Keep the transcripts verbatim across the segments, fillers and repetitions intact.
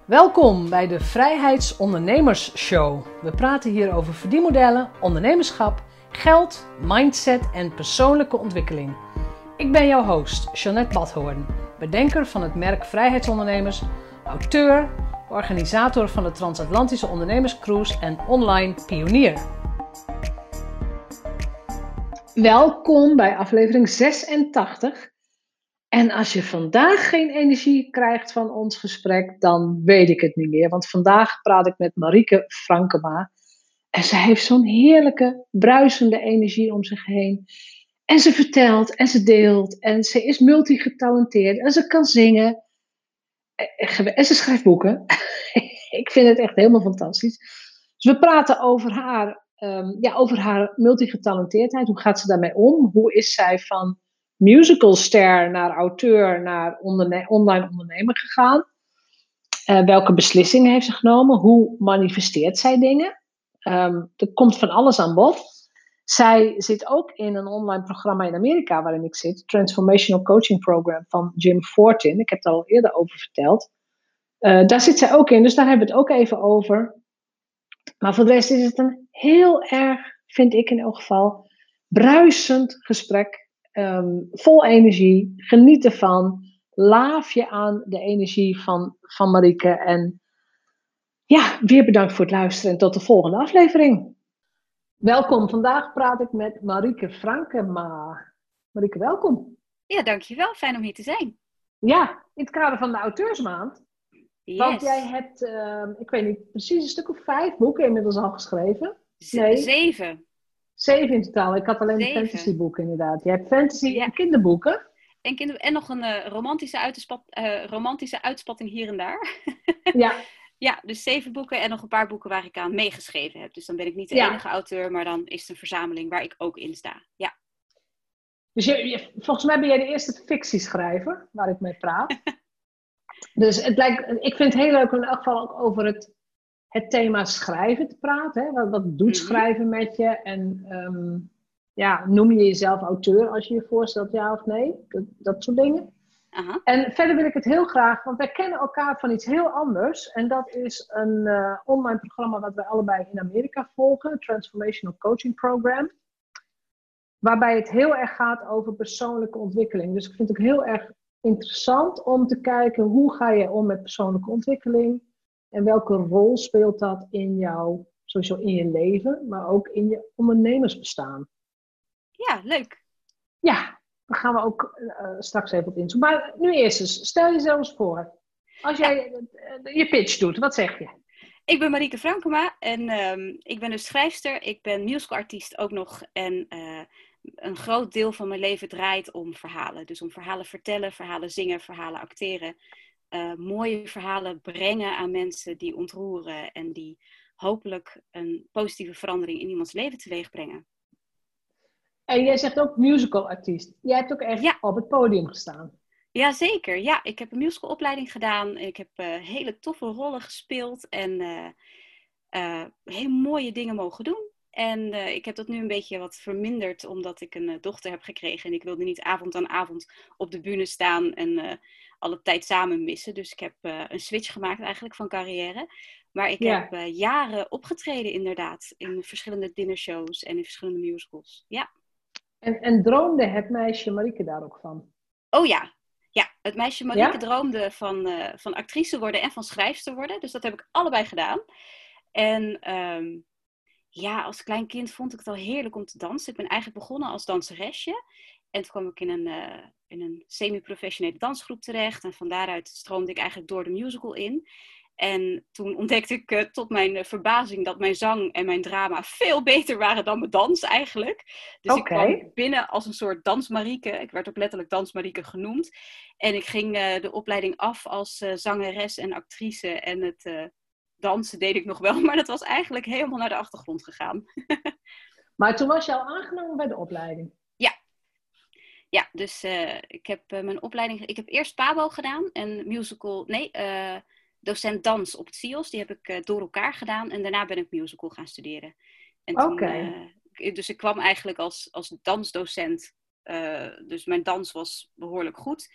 Welkom bij de Vrijheidsondernemers Show. We praten hier over verdienmodellen, ondernemerschap, geld, mindset en persoonlijke ontwikkeling. Ik ben jouw host, Jeanette Badhoorn, bedenker van het merk Vrijheidsondernemers, auteur, organisator van de Transatlantische Ondernemerscruise en online pionier. Welkom bij aflevering zesentachtig. En als je vandaag geen energie krijgt van ons gesprek, dan weet ik het niet meer. Want vandaag praat ik met Marieke Frankema. En ze heeft zo'n heerlijke, bruisende energie om zich heen. En ze vertelt en ze deelt. En ze is multigetalenteerd. En ze kan zingen. En ze schrijft boeken. Ik vind het echt helemaal fantastisch. Dus we praten over haar, um, ja, over haar multigetaleerdheid. Hoe gaat ze daarmee om? Hoe is zij van musicalster naar auteur naar onderne- online ondernemer gegaan? Uh, welke beslissingen heeft ze genomen? Hoe manifesteert zij dingen? Um, er komt van alles aan bod. Zij zit ook in een online programma in Amerika waarin ik zit. Transformational Coaching Program van Jim Fortin. Ik heb daar al eerder over verteld. Uh, daar zit zij ook in, dus daar hebben we het ook even over. Maar voor de rest is het een heel erg, vind ik in elk geval, bruisend gesprek. Um, vol energie, geniet ervan. Laaf je aan de energie van, van Marieke. En ja, weer bedankt voor het luisteren en tot de volgende aflevering. Welkom, vandaag praat ik met Marieke Frankema. Marieke, welkom. Ja, dankjewel. Fijn om hier te zijn. Ja, in het kader van de auteursmaand. Yes. Want jij hebt, uh, ik weet niet, precies een stuk of vijf boeken inmiddels al geschreven. Z- Nee, zeven. Zeven in totaal. Ik had alleen Zeven. de fantasyboeken inderdaad. Je hebt fantasy Ja. en kinderboeken. En, kinder- en nog een uh, romantische, uitspat- uh, romantische uitspatting hier en daar. Ja. Ja, dus zeven boeken en nog een paar boeken waar ik aan meegeschreven heb. Dus dan ben ik niet de Ja. enige auteur, maar dan is het een verzameling waar ik ook in sta. Ja. Dus je, je, volgens mij ben jij de eerste fictieschrijver waar ik mee praat. Dus het lijkt, ik vind het heel leuk om in elk geval ook over het, het thema schrijven te praten. Hè? Wat, wat doet Mm-hmm. schrijven met je? En um, ja, noem je jezelf auteur als je je voorstelt, ja of nee? Dat, dat soort dingen. Aha. En verder wil ik het heel graag, want wij kennen elkaar van iets heel anders. En dat is een uh, online programma wat wij allebei in Amerika volgen. Transformational Coaching Program. Waarbij het heel erg gaat over persoonlijke ontwikkeling. Dus ik vind het ook heel erg interessant om te kijken hoe ga je om met persoonlijke ontwikkeling. En welke rol speelt dat in jou, sowieso in je leven, maar ook in je ondernemersbestaan. Ja, leuk. Ja, daar gaan we ook uh, straks even op inzoomen. Maar nu eerst eens, stel jezelf eens voor. Als jij ja. je pitch doet, wat zeg je? Ik ben Marieke Frankema en um, ik ben dus schrijfster. Ik ben musicalartiest ook nog. En uh, een groot deel van mijn leven draait om verhalen. Dus om verhalen vertellen, verhalen zingen, verhalen acteren. Uh, mooie verhalen brengen aan mensen die ontroeren. En die hopelijk een positieve verandering in iemands leven teweeg brengen. En jij zegt ook musicalartiest. Jij hebt ook echt ja. op het podium gestaan. Jazeker, ja. Ik heb een musicalopleiding gedaan. Ik heb uh, hele toffe rollen gespeeld. En uh, uh, hele mooie dingen mogen doen. En uh, ik heb dat nu een beetje wat verminderd, omdat ik een uh, dochter heb gekregen. En ik wilde niet avond aan avond op de bühne staan en uh, alle tijd samen missen. Dus ik heb uh, een switch gemaakt eigenlijk van carrière. Maar ik Ja. heb uh, jaren opgetreden inderdaad. In verschillende dinnershows en in verschillende musicals. Ja. En, en droomde het meisje Marieke daar ook van? Oh ja. Ja, het meisje Marieke ja? droomde van, uh, van actrice worden en van schrijfster worden. Dus dat heb ik allebei gedaan. En um, ja, als klein kind vond ik het al heerlijk om te dansen. Ik ben eigenlijk begonnen als danseresje. En toen kwam ik in een, uh, in een semi-professionele dansgroep terecht. En van daaruit stroomde ik eigenlijk door de musical in. En toen ontdekte ik uh, tot mijn uh, verbazing dat mijn zang en mijn drama veel beter waren dan mijn dans eigenlijk. Dus okay. ik kwam binnen als een soort dansmarieke. Ik werd ook letterlijk dansmarieke genoemd. En ik ging uh, de opleiding af als uh, zangeres en actrice. En het uh, dansen deed ik nog wel, maar dat was eigenlijk helemaal naar de achtergrond gegaan. Maar toen was je al aangenomen bij de opleiding? Ja. Ja, dus uh, ik heb uh, mijn opleiding... Ik heb eerst Pabo gedaan en musical... Nee, uh, docent dans op het C I O S. Die heb ik uh, door elkaar gedaan. En daarna ben ik musical gaan studeren. Oké. Okay. Uh, dus ik kwam eigenlijk als, als dansdocent. Uh, dus mijn dans was behoorlijk goed.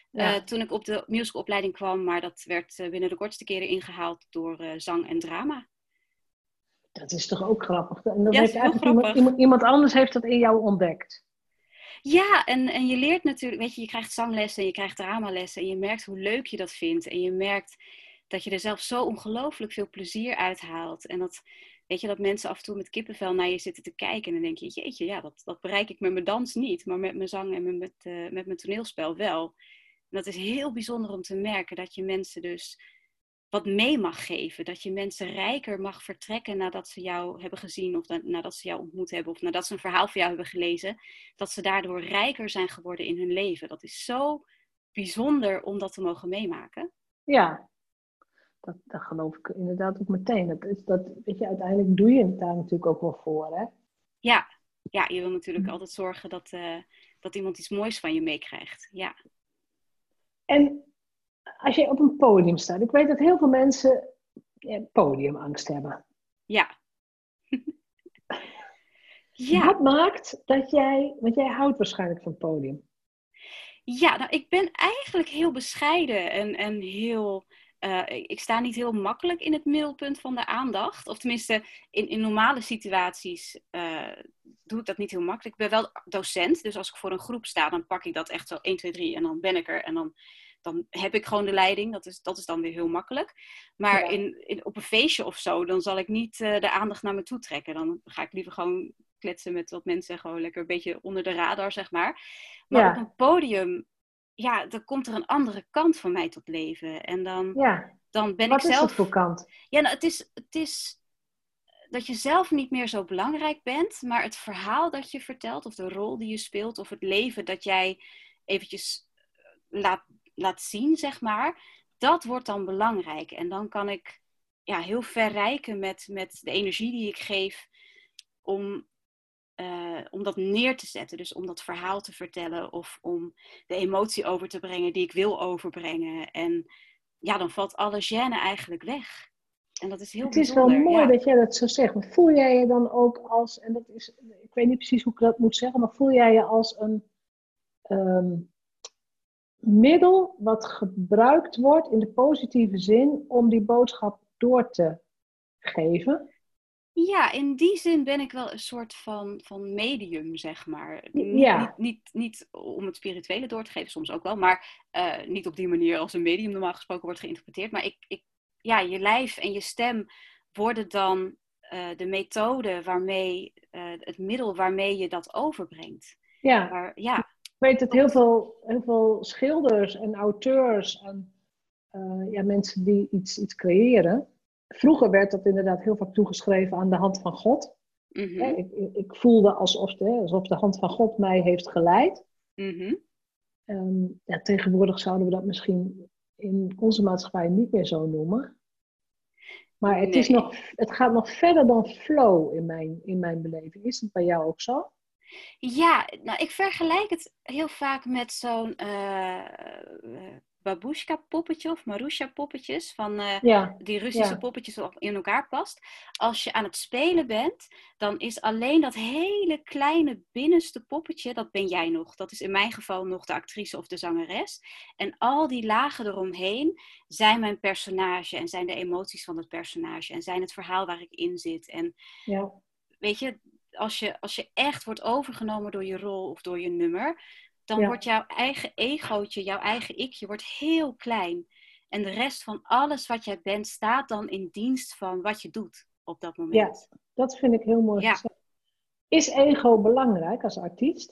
Uh, ja. toen ik op de musicalopleiding kwam. Maar dat werd uh, binnen de kortste keren ingehaald door uh, zang en drama. Dat is toch ook grappig? En dat Ja, heeft is heel eigenlijk grappig. iemand, iemand, iemand anders heeft dat in jou ontdekt. Ja, en, en je leert natuurlijk, weet je, je krijgt zanglessen en je krijgt dramalessen. En je merkt hoe leuk je dat vindt. En je merkt dat je er zelf zo ongelooflijk veel plezier uit haalt. En dat, weet je, dat mensen af en toe met kippenvel naar je zitten te kijken. En dan denk je, jeetje, ja, dat, dat bereik ik met mijn dans niet. Maar met mijn zang en met, uh, met mijn toneelspel wel. En dat is heel bijzonder om te merken dat je mensen dus wat mee mag geven. Dat je mensen rijker mag vertrekken nadat ze jou hebben gezien. Of na, nadat ze jou ontmoet hebben. Of nadat ze een verhaal van jou hebben gelezen. Dat ze daardoor rijker zijn geworden in hun leven. Dat is zo bijzonder om dat te mogen meemaken. Ja, dat, dat geloof ik inderdaad ook meteen. Dat is, dat, weet je, uiteindelijk doe je het daar natuurlijk ook wel voor, hè? Ja, ja, je wil natuurlijk altijd zorgen dat, uh, dat iemand iets moois van je meekrijgt. Ja. En als je op een podium staat, ik weet dat heel veel mensen ja, podiumangst hebben. Ja. Ja. Wat maakt dat jij, want jij houdt waarschijnlijk van het podium. Ja, nou, ik ben eigenlijk heel bescheiden en, en heel... Uh, ik sta niet heel makkelijk in het middelpunt van de aandacht. Of tenminste, in, in normale situaties uh, doe ik dat niet heel makkelijk. Ik ben wel docent, dus als ik voor een groep sta, dan pak ik dat echt zo één, twee, drie en dan ben ik er. En dan, dan heb ik gewoon de leiding. Dat is, dat is dan weer heel makkelijk. Maar Ja. in, in, op een feestje of zo, dan zal ik niet uh, de aandacht naar me toe trekken. Dan ga ik liever gewoon kletsen met wat mensen. Gewoon lekker een beetje onder de radar, zeg maar. Maar Ja. op een podium... Ja, dan komt er een andere kant van mij tot leven. En dan, ja. dan ben Wat ik zelf... Wat is het voor kant? Ja, nou, het is, het is dat je zelf niet meer zo belangrijk bent, maar het verhaal dat je vertelt, of de rol die je speelt, of het leven dat jij eventjes laat, laat zien, zeg maar, dat wordt dan belangrijk. En dan kan ik ja, heel verrijken met, met de energie die ik geef om... Uh, om dat neer te zetten. Dus om dat verhaal te vertellen. Of om de emotie over te brengen die ik wil overbrengen. En ja, dan valt alle gêne eigenlijk weg. En dat is heel Het is bijzonder. wel mooi ja. dat jij dat zo zegt. Maar voel jij je dan ook als... En dat is, ik weet niet precies hoe ik dat moet zeggen. Maar voel jij je als een... Um, middel wat gebruikt wordt in de positieve zin om die boodschap door te geven? Ja, in die zin ben ik wel een soort van, van medium, zeg maar. Niet, Ja. niet, niet, niet om het spirituele door te geven, soms ook wel. Maar uh, niet op die manier als een medium normaal gesproken wordt geïnterpreteerd. Maar ik, ik, ja, je lijf en je stem worden dan uh, de methode waarmee, uh, het middel waarmee je dat overbrengt. Ja. Maar, ja. Ik weet dat heel veel, heel veel schilders en auteurs en uh, ja, mensen die iets, iets creëren. Vroeger werd dat inderdaad heel vaak toegeschreven aan de hand van God. Mm-hmm. Ja, ik, ik voelde alsof de, alsof de hand van God mij heeft geleid. Mm-hmm. Um, ja, tegenwoordig zouden we dat misschien in onze maatschappij niet meer zo noemen. Maar het, nee. is nog, het gaat nog verder dan flow in mijn, in mijn beleving. Is het bij jou ook zo? Ja, nou, ik vergelijk het heel vaak met zo'n uh, uh, babushka poppetje of Marusha poppetjes van uh, ja, die Russische ja. poppetjes op in elkaar past. Als je aan het spelen bent, dan is alleen dat hele kleine binnenste poppetje, dat ben jij nog. Dat is in mijn geval nog de actrice of de zangeres. En al die lagen eromheen zijn mijn personage en zijn de emoties van het personage en zijn het verhaal waar ik in zit. En ja. weet je, als je, als je echt wordt overgenomen door je rol of door je nummer, dan ja. wordt jouw eigen egootje, jouw eigen ikje, wordt heel klein. En de rest van alles wat jij bent, staat dan in dienst van wat je doet op dat moment. Ja, dat vind ik heel mooi ja. gezegd. Is ego belangrijk als artiest?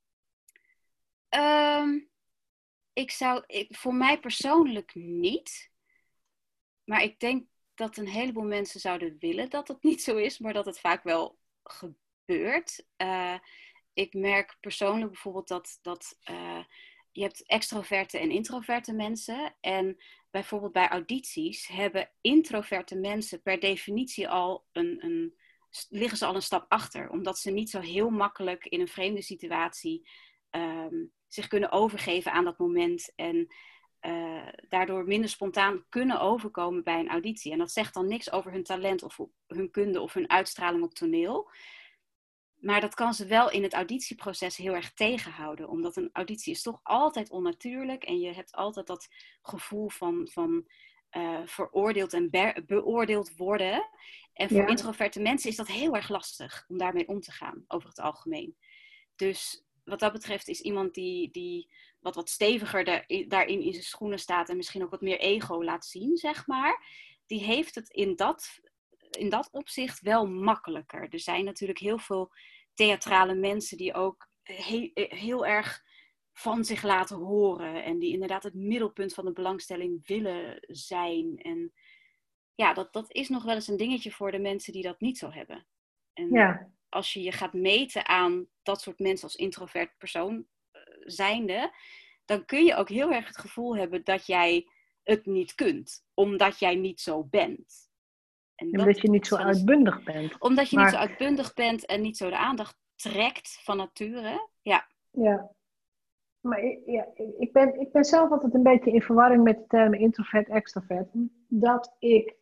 Um, ik zou, ik, voor mij persoonlijk niet. Maar ik denk dat een heleboel mensen zouden willen dat het niet zo is, maar dat het vaak wel gebeurt. Uh, ik merk persoonlijk bijvoorbeeld dat, dat uh, je hebt extroverte en introverte mensen. En bijvoorbeeld bij audities hebben introverte mensen per definitie al een, een, liggen ze al een stap achter. Omdat ze niet zo heel makkelijk in een vreemde situatie um, zich kunnen overgeven aan dat moment. En uh, daardoor minder spontaan kunnen overkomen bij een auditie. En dat zegt dan niks over hun talent of hun kunde of hun uitstraling op toneel. maar dat kan ze wel in het auditieproces heel erg tegenhouden. Omdat een auditie is toch altijd onnatuurlijk. En je hebt altijd dat gevoel van, van uh, veroordeeld en be- beoordeeld worden. En voor Ja. introverte mensen is dat heel erg lastig om daarmee om te gaan, over het algemeen. Dus wat dat betreft is iemand die, die wat, wat steviger daar, daarin in zijn schoenen staat. En misschien ook wat meer ego laat zien, zeg maar. Die heeft het in dat... in dat opzicht wel makkelijker. Er zijn natuurlijk heel veel theatrale mensen die ook he- heel erg van zich laten horen. En die inderdaad het middelpunt van de belangstelling willen zijn. En ja, dat, dat is nog wel eens een dingetje voor de mensen die dat niet zo hebben. En Ja. als je je gaat meten aan dat soort mensen als introvert persoon uh, zijnde, dan kun je ook heel erg het gevoel hebben dat jij het niet kunt. Omdat jij niet zo bent. En omdat dat je niet zo uitbundig bent. Omdat je maar... niet zo uitbundig bent en niet zo de aandacht trekt van nature. Ja. Ja. Maar ja, ik, ben, ik ben zelf altijd een beetje in verwarring met de termen introvert, extrovert. Dat ik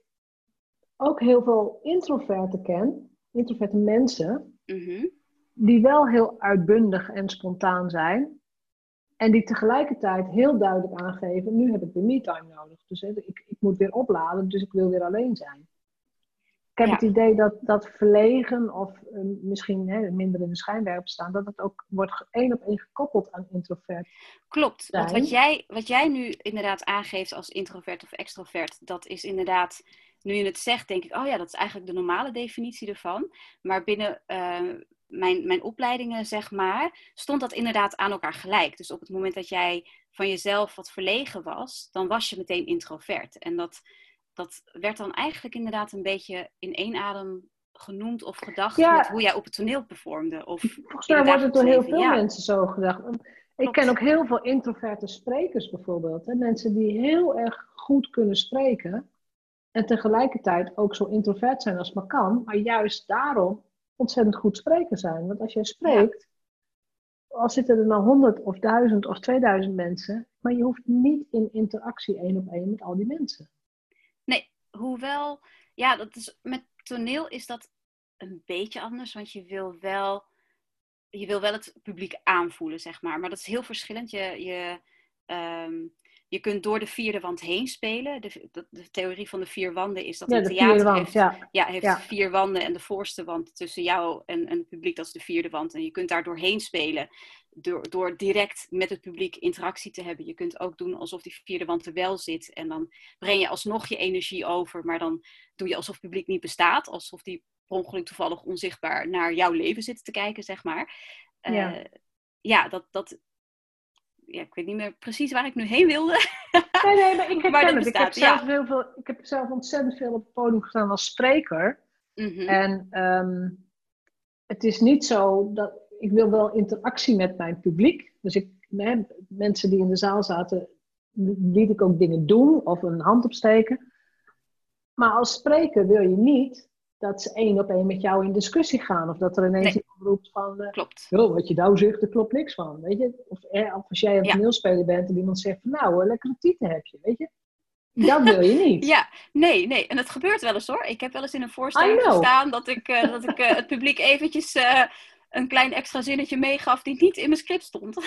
ook heel veel introverten ken, introverte mensen, Mm-hmm. die wel heel uitbundig en spontaan zijn. En die tegelijkertijd heel duidelijk aangeven, nu heb ik weer me-time nodig. Dus hè, ik, ik moet weer opladen, dus ik wil weer alleen zijn. Ik heb Ja. het idee dat, dat verlegen of uh, misschien hè, minder in de schijnwerper staan, dat het ook wordt één op één gekoppeld aan introvert. Klopt, zijn. want wat jij, wat jij nu inderdaad aangeeft als introvert of extrovert, dat is inderdaad, nu je het zegt, denk ik, oh ja, dat is eigenlijk de normale definitie ervan. Maar binnen uh, mijn, mijn opleidingen, zeg maar, stond dat inderdaad aan elkaar gelijk. Dus op het moment dat jij van jezelf wat verlegen was, dan was je meteen introvert. En dat... Dat werd dan eigenlijk inderdaad een beetje in één adem genoemd of gedacht ja, met hoe jij op het toneel performde. Of volgens mij wordt het door heel veel ja. mensen zo gedacht. Klopt. Ik ken ook heel veel introverte sprekers bijvoorbeeld. Hè? Mensen die heel erg goed kunnen spreken. En tegelijkertijd ook zo introvert zijn als het maar kan. Maar juist daarom ontzettend goed spreker zijn. Want als jij spreekt, ja. al zitten er nou honderd of duizend of tweeduizend mensen. Maar je hoeft niet in interactie één op één met al die mensen. Nee, hoewel, ja, dat is, met toneel is dat een beetje anders, want je wil wel, je wil wel het publiek aanvoelen, zeg maar. Maar dat is heel verschillend. Je, je, um, je kunt door de vierde wand heen spelen. De, de, de theorie van de vier wanden is dat ja, een theater wand, heeft, ja. Ja, heeft ja. vier wanden en de voorste wand tussen jou en, en het publiek, dat is de vierde wand. En je kunt daar doorheen spelen. Door, door direct met het publiek interactie te hebben. Je kunt ook doen alsof die vierde wand er wel zit. En dan breng je alsnog je energie over. Maar dan doe je alsof het publiek niet bestaat. Alsof die per ongeluk toevallig onzichtbaar naar jouw leven zit te kijken, zeg maar. Ja, uh, ja dat... dat ja, ik weet niet meer precies waar ik nu heen wilde. Nee, nee, maar ik maar herken het. Ik heb, zelf ja. heel veel, ik heb zelf ontzettend veel op het podium gestaan als spreker. Mm-hmm. En um, het is niet zo dat... Ik wil wel interactie met mijn publiek. Dus ik, hè, mensen die in de zaal zaten, liet ik ook dingen doen of een hand opsteken. Maar als spreker wil je niet dat ze één op één met jou in discussie gaan. Of dat er ineens nee. iemand roept van... Uh, klopt. Oh, wat je nou zegt, daar klopt niks van. Weet je? Of, eh, of als jij een ja. toneelspeler bent en iemand zegt van... Nou, lekkere tieten heb je, weet je? Dat wil je niet. Ja, nee, nee. En het gebeurt wel eens hoor. Ik heb wel eens in een voorstelling gestaan dat ik, uh, dat ik uh, het publiek eventjes... Uh, een klein extra zinnetje meegaf die niet in mijn script stond.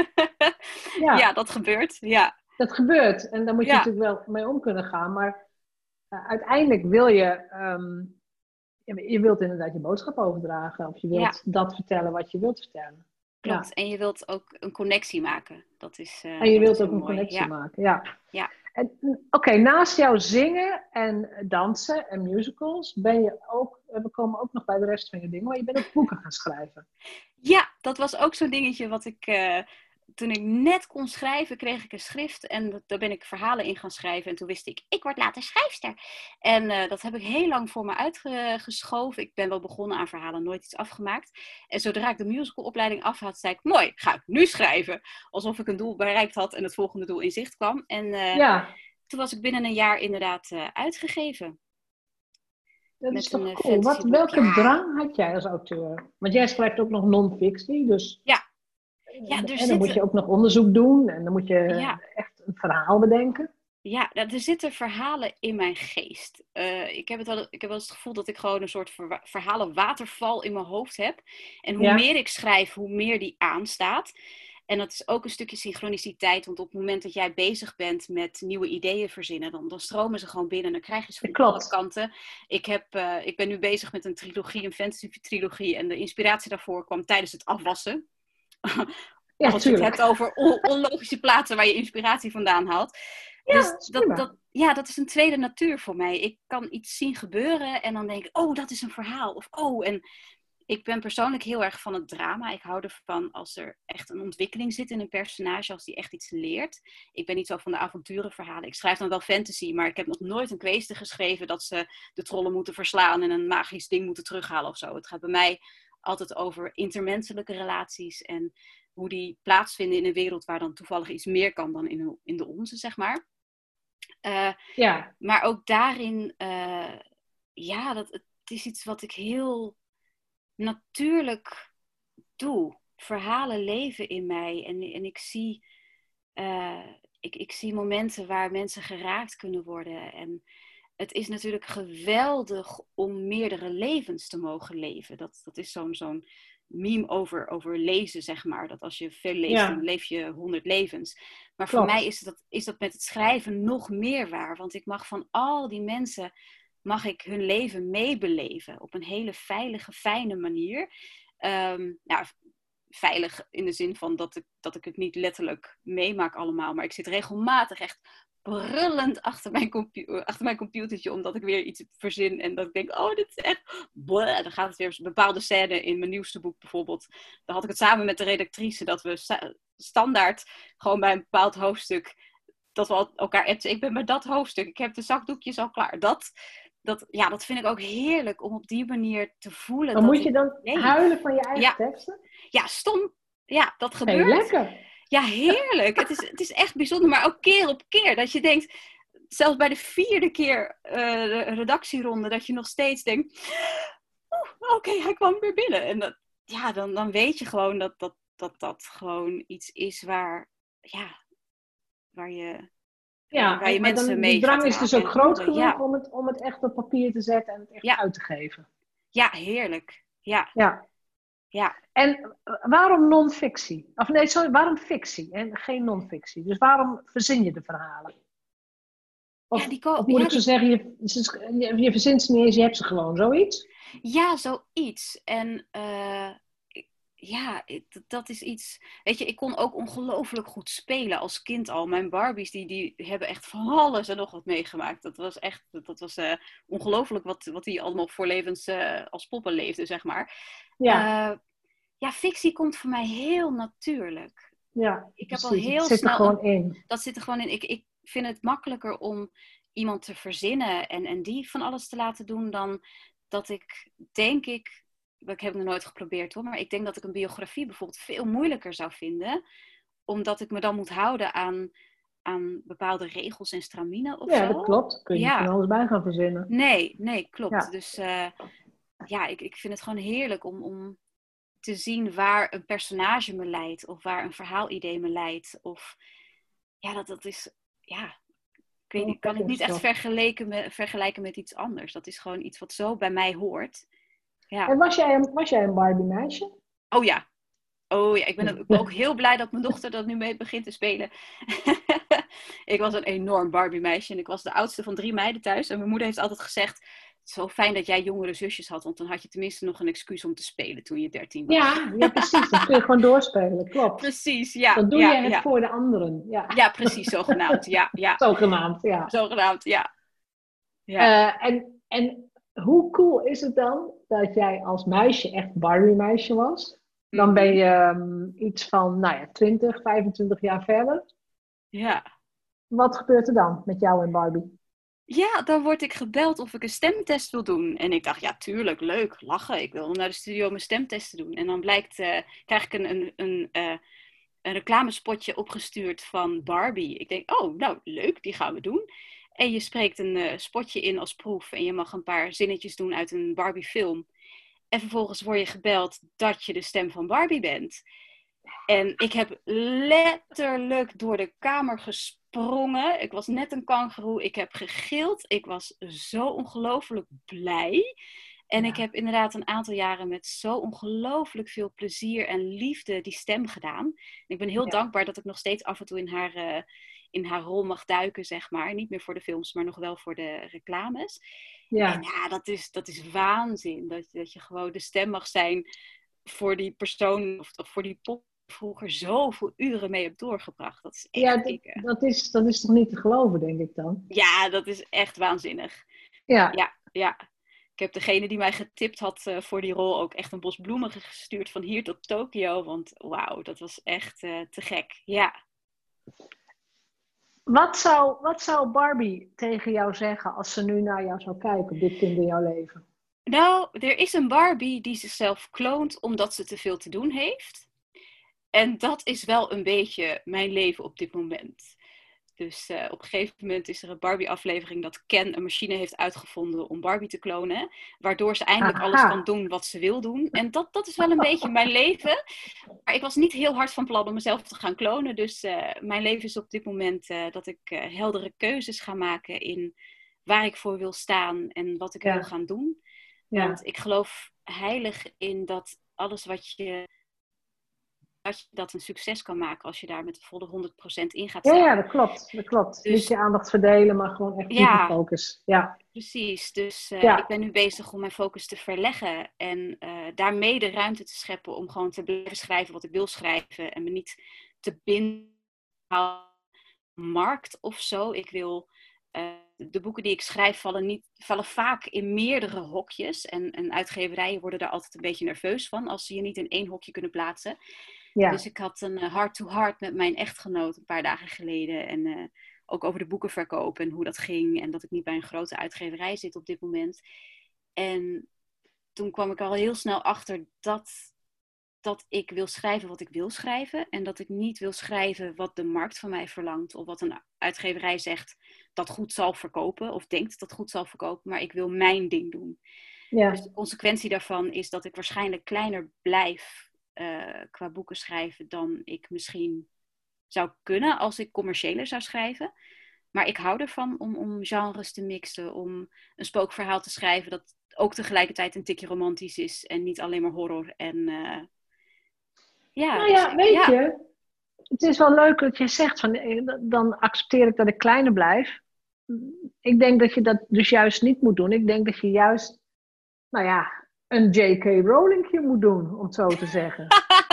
ja. ja, dat gebeurt. Ja. Dat gebeurt. En daar moet je ja. natuurlijk wel mee om kunnen gaan. Maar uh, uiteindelijk wil je... Um, je wilt inderdaad je boodschap overdragen. Of je wilt ja. dat vertellen wat je wilt vertellen. Klopt. Ja. En je wilt ook een connectie maken. Dat is uh, En je wilt ook een mooi. connectie ja. maken. Ja. ja. Oké, okay, naast jouw zingen en dansen en musicals ben je ook, we komen ook nog bij de rest van je dingen, maar je bent ook boeken gaan schrijven. Ja, dat was ook zo'n dingetje wat ik, uh, toen ik net kon schrijven, kreeg ik een schrift en daar ben ik verhalen in gaan schrijven. En toen wist ik, ik word later schrijfster. En uh, dat heb ik heel lang voor me uitgeschoven. Ik ben wel begonnen aan verhalen, nooit iets afgemaakt. En zodra ik de musicalopleiding af had, zei ik, mooi, ga ik nu schrijven. Alsof ik een doel bereikt had en het volgende doel in zicht kwam. En uh, ja. toen was ik binnen een jaar inderdaad uh, uitgegeven. Dat is toch cool. Wat, welke ja. drang had jij als auteur? Want jij schrijft ook nog non-fictie, dus... Ja. Ja, en er dan zitten... moet je ook nog onderzoek doen en dan moet je ja. echt een verhaal bedenken. Ja, nou, er zitten verhalen in mijn geest. Uh, ik, heb het wel, ik heb wel eens het gevoel dat ik gewoon een soort ver, verhalenwaterval in mijn hoofd heb. En hoe Ja. meer ik schrijf, hoe meer die aanstaat. En dat is ook een stukje synchroniciteit. Want op het moment dat jij bezig bent met nieuwe ideeën verzinnen, dan, dan stromen ze gewoon binnen. Dan krijg je ze van Klopt. alle kanten. Ik, heb, uh, ik ben nu bezig met een trilogie, een fantasy trilogie. En de inspiratie daarvoor kwam tijdens het afwassen. Ja, als je het hebt over on- onlogische plaatsen waar je inspiratie vandaan haalt. Ja, dus dat, dat, ja, dat is een tweede natuur voor mij. Ik kan iets zien gebeuren en dan denk ik, oh, dat is een verhaal. Of oh, en ik ben persoonlijk heel erg van het drama. Ik hou ervan als er echt een ontwikkeling zit in een personage, als die echt iets leert. Ik ben niet zo van de avonturenverhalen. Ik schrijf dan wel fantasy, maar ik heb nog nooit een kweeste geschreven dat ze de trollen moeten verslaan en een magisch ding moeten terughalen of zo. Het gaat bij mij altijd over intermenselijke relaties en hoe die plaatsvinden in een wereld waar dan toevallig iets meer kan dan in de, in de onze, zeg maar. Uh, ja. Maar ook daarin, uh, ja, dat, het is iets wat ik heel natuurlijk doe. Verhalen leven in mij en, en ik zie, uh, ik, ik zie momenten waar mensen geraakt kunnen worden. En het is natuurlijk geweldig om meerdere levens te mogen leven. Dat, dat is zo'n, zo'n meme over, over lezen, zeg maar. Dat als je veel leest, Ja. dan leef je honderd levens. Maar Klopt. voor mij is dat, is dat met het schrijven nog meer waar. Want ik mag van al die mensen, mag ik hun leven meebeleven. Op een hele veilige, fijne manier. Um, nou, veilig in de zin van dat ik, dat ik het niet letterlijk meemaak allemaal. Maar ik zit regelmatig echt brullend achter mijn, compu- achter mijn computertje, omdat ik weer iets verzin en dat ik denk, oh, dit is echt... Bleh. Dan gaat het weer een bepaalde scène in mijn nieuwste boek bijvoorbeeld. Dan had ik het samen met de redactrice, dat we sta- standaard gewoon bij een bepaald hoofdstuk, dat we elkaar appten. Ik ben bij dat hoofdstuk, ik heb de zakdoekjes al klaar. Dat, dat, ja, dat vind ik ook heerlijk om op die manier te voelen. Maar dat moet je dan leef. huilen van je eigen ja. teksten? Ja, stom. Ja, dat gebeurt. Hey, lekker. Ja, heerlijk. het, is, het is echt bijzonder, maar ook keer op keer. Dat je denkt, zelfs bij de vierde keer uh, de redactieronde, dat je nog steeds denkt, oké, okay, hij kwam weer binnen. En dat, ja, dan, dan weet je gewoon dat dat, dat dat gewoon iets is waar, ja, waar je, ja, waar je maar mensen dan, mee die drang gaat is dus ook groot genoeg ja. om, het, om het echt op papier te zetten en het echt ja. uit te geven. Ja, heerlijk. Ja. Ja. Ja. En waarom non-fictie? Of nee, sorry, waarom fictie en geen non-fictie? Dus waarom verzin je de verhalen? Of, ja, die ko- of moet ja, ik zo die... zeggen, je, je, je verzint ze niet eens, je hebt ze gewoon, zoiets? Ja, zoiets. En uh, ja, dat is iets... Weet je, ik kon ook ongelooflijk goed spelen als kind al. Mijn Barbies, die, die hebben echt van alles en nog wat meegemaakt. Dat was echt, dat was uh, ongelooflijk wat, wat die allemaal voor levens uh, als poppen leefden, zeg maar. Ja. Uh, ja, fictie komt voor mij heel natuurlijk. Ja, ik heb precies. al heel dat zit snel er gewoon een, in. Dat zit er gewoon in. Ik, ik vind het makkelijker om iemand te verzinnen en, en die van alles te laten doen dan dat ik, denk ik, ik heb het nog nooit geprobeerd hoor, maar ik denk dat ik een biografie bijvoorbeeld veel moeilijker zou vinden, omdat ik me dan moet houden aan, aan bepaalde regels en straminen of ja, zo. Ja, dat klopt. Kun je ja. niet van alles bij gaan verzinnen. Nee, nee, klopt. Ja. Dus uh, ja, ik, ik vind het gewoon heerlijk om, om te zien waar een personage me leidt of waar een verhaalidee me leidt. Of ja, dat, dat is, ja, ik weet niet, kan ik niet echt vergelijken met, vergelijken met iets anders. Dat is gewoon iets wat zo bij mij hoort. Ja. En was jij een, was jij een Barbie-meisje? Oh ja. Oh ja, ik ben, ik ben ook heel blij dat mijn dochter dat nu mee begint te spelen. Ik was een enorm Barbie-meisje en ik was de oudste van drie meiden thuis. En mijn moeder heeft altijd gezegd, het is zo fijn dat jij jongere zusjes had, want dan had je tenminste nog een excuus om te spelen toen je dertien was. Ja, ja precies. Dan kun je gewoon doorspelen, klopt. Precies, ja. Dan doe ja, je het ja. voor de anderen. Ja, ja precies, zogenaamd. Ja, ja. Zogenaamd, ja. Zogenaamd, ja. ja. Uh, en, en hoe cool is het dan dat jij als meisje echt Barbie-meisje was? Dan ben je um, iets van, nou ja, twintig, vijfentwintig jaar verder. Ja. Wat gebeurt er dan met jou en Barbie? Ja, dan word ik gebeld of ik een stemtest wil doen. En ik dacht, ja, tuurlijk, leuk, lachen. Ik wil naar de studio om een stemtest te doen. En dan blijkt, uh, krijg ik een, een, een, uh, een reclamespotje opgestuurd van Barbie. Ik denk, oh, nou, leuk, die gaan we doen. En je spreekt een uh, spotje in als proef. En je mag een paar zinnetjes doen uit een Barbie-film. En vervolgens word je gebeld dat je de stem van Barbie bent. En ik heb letterlijk door de kamer gesproken. gesprongen. Ik was net een kangoeroe. Ik heb gegild. Ik was zo ongelooflijk blij. En Ja. ik heb inderdaad een aantal jaren met zo ongelooflijk veel plezier en liefde die stem gedaan. En ik ben heel Ja. dankbaar dat ik nog steeds af en toe in haar, uh, in haar rol mag duiken, zeg maar. Niet meer voor de films, maar nog wel voor de reclames. Ja. En ja, dat is, dat is waanzin. Dat, dat je gewoon de stem mag zijn voor die persoon of, of voor die pop vroeger zoveel uren mee heb doorgebracht. Dat is echt Ja, dat, dat, is, dat is toch niet te geloven, denk ik dan? Ja, dat is echt waanzinnig. Ja. Ja, ja. Ik heb degene die mij getipt had uh, voor die rol ook echt een bos bloemen gestuurd van hier tot Tokio. Want wauw, dat was echt uh, te gek. Ja. Wat zou, wat zou Barbie tegen jou zeggen als ze nu naar jou zou kijken op dit punt in jouw leven? Nou, er is een Barbie die zichzelf kloont omdat ze te veel te doen heeft. En dat is wel een beetje mijn leven op dit moment. Dus uh, op een gegeven moment is er een Barbie-aflevering dat Ken een machine heeft uitgevonden om Barbie te klonen. Waardoor ze eindelijk Aha. alles kan doen wat ze wil doen. En dat, dat is wel een beetje mijn leven. Maar ik was niet heel hard van plan om mezelf te gaan klonen. Dus uh, mijn leven is op dit moment uh, dat ik uh, heldere keuzes ga maken in waar ik voor wil staan en wat ik ja. wil gaan doen. Ja. Want ik geloof heilig in dat alles wat je... dat je dat een succes kan maken als je daar met de volle honderd procent in gaat staan. Ja, ja, dat klopt. Dat klopt. Dus, niet je aandacht verdelen, maar gewoon echt ja, focus. Ja, precies. Dus uh, ja. ik ben nu bezig om mijn focus te verleggen en uh, daarmee de ruimte te scheppen om gewoon te blijven schrijven wat ik wil schrijven en me niet te binden aan de markt of zo. Ik wil... Uh, de boeken die ik schrijf vallen, niet, vallen vaak in meerdere hokjes. En, en uitgeverijen worden daar altijd een beetje nerveus van als ze je niet in één hokje kunnen plaatsen. Ja. Dus ik had een heart-to-heart met mijn echtgenoot een paar dagen geleden. En uh, ook over de boekenverkoop en hoe dat ging. En dat ik niet bij een grote uitgeverij zit op dit moment. En toen kwam ik al heel snel achter dat, dat ik wil schrijven wat ik wil schrijven. En dat ik niet wil schrijven wat de markt van mij verlangt. Of wat een uitgeverij zegt dat goed zal verkopen. Of denkt dat goed zal verkopen. Maar ik wil mijn ding doen. Ja. Dus de consequentie daarvan is dat ik waarschijnlijk kleiner blijf uh, qua boeken schrijven dan ik misschien zou kunnen als ik commerciëler zou schrijven. Maar ik hou ervan om, om genres te mixen. Om een spookverhaal te schrijven dat ook tegelijkertijd een tikje romantisch is. En niet alleen maar horror. En uh, ja, nou ja, dus, weet ja. je, het is wel leuk dat je zegt, van, dan accepteer ik dat ik kleiner blijf. Ik denk dat je dat dus juist niet moet doen. Ik denk dat je juist, nou ja, een J K Rowling moet doen, om het zo te zeggen.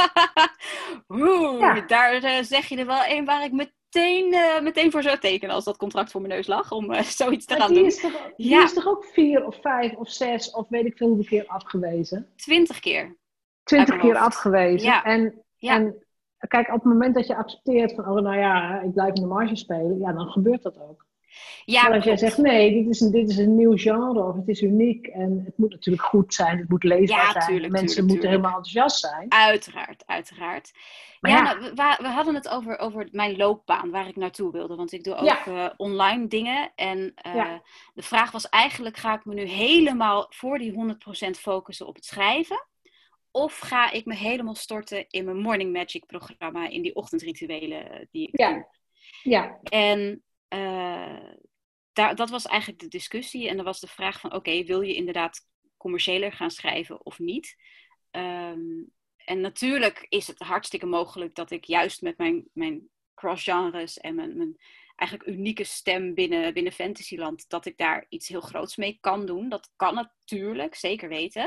Oeh, ja. Daar uh, zeg je er wel een waar ik meteen, uh, meteen voor zou tekenen als dat contract voor mijn neus lag, om uh, zoiets te maar gaan die doen. Is toch, die ja. is toch ook vier of vijf of zes of weet ik veel hoeveel keer afgewezen? Twintig keer. Twintig keer afgewezen. Ja. En, ja. en kijk, op het moment dat je accepteert van, oh nou ja, ik blijf in de marge spelen, ja, dan gebeurt dat ook. Ja, maar als klopt. jij zegt, nee, dit is, een, dit is een nieuw genre of het is uniek en het moet natuurlijk goed zijn, het moet leesbaar ja, zijn, tuurlijk, mensen tuurlijk, moeten tuurlijk. helemaal enthousiast zijn. Uiteraard, uiteraard. Maar ja, ja. Nou, we, we hadden het over, over mijn loopbaan, waar ik naartoe wilde, want ik doe ook Ja. uh, online dingen en uh, Ja. de vraag was eigenlijk, ga ik me nu helemaal voor die honderd procent focussen op het schrijven? Of ga ik me helemaal storten in mijn Morning Magic programma, in die ochtendrituelen die ik ja. doe? Ja. En uh, daar, dat was eigenlijk de discussie. En dan was de vraag van, oké, okay, wil je inderdaad commerciëler gaan schrijven of niet? Um, en natuurlijk is het hartstikke mogelijk dat ik juist met mijn, mijn cross-genres en mijn, mijn eigenlijk unieke stem binnen, binnen Fantasyland, dat ik daar iets heel groots mee kan doen. Dat kan natuurlijk, zeker weten.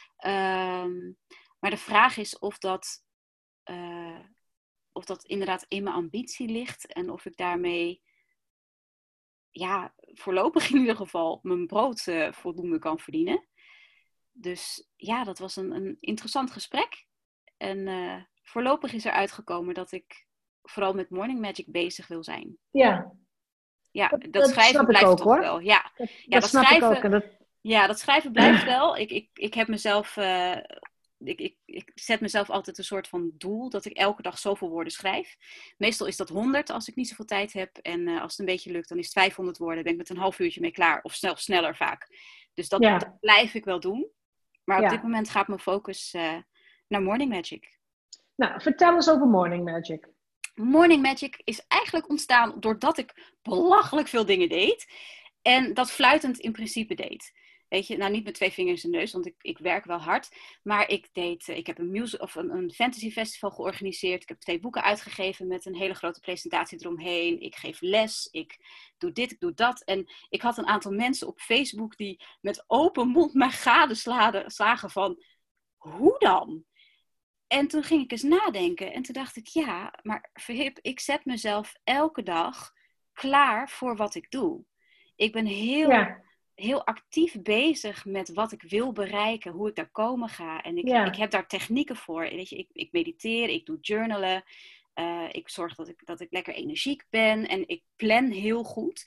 Um, maar de vraag is of dat, uh, of dat inderdaad in mijn ambitie ligt en of ik daarmee, ja, voorlopig in ieder geval mijn brood uh, voldoende kan verdienen. Dus ja, dat was een, een interessant gesprek. En uh, voorlopig is er uitgekomen dat ik vooral met Morning Magic bezig wil zijn. Ja. Ja, dat, dat, dat schrijven blijft ook, toch hoor. wel. Ja, dat, ja, dat, dat snap schrijven, ik ook. En dat... Ja, dat schrijven blijft wel. Ik, ik, ik heb mezelf... Uh, ik, ik, ik zet mezelf altijd een soort van doel dat ik elke dag zoveel woorden schrijf. Meestal is dat honderd als ik niet zoveel tijd heb. En uh, als het een beetje lukt, dan is het vijfhonderd woorden. Dan ben ik met een half uurtje mee klaar. Of snel, sneller vaak. Dus dat, ja. dat blijf ik wel doen. Maar op ja. dit moment gaat mijn focus uh, naar Morning Magic. Nou, vertel eens over Morning Magic. Morning Magic is eigenlijk ontstaan doordat ik belachelijk veel dingen deed. En dat fluitend in principe deed. Weet je, nou niet met twee vingers in de neus, want ik, ik werk wel hard. Maar ik deed, ik heb een, music, of een, een fantasy festival georganiseerd. Ik heb twee boeken uitgegeven met een hele grote presentatie eromheen. Ik geef les, ik doe dit, ik doe dat. En ik had een aantal mensen op Facebook die met open mond mij gadeslagen van, hoe dan? En toen ging ik eens nadenken. En toen dacht ik, ja, maar Verhip, ik zet mezelf elke dag klaar voor wat ik doe. Ik ben heel, Ja, heel actief bezig met wat ik wil bereiken, hoe ik daar komen ga. En ik, ik ja, heb daar technieken voor. Weet je, ik, ik mediteer, ik doe journalen. Uh, ik zorg dat ik, dat ik lekker energiek ben. En ik plan heel goed.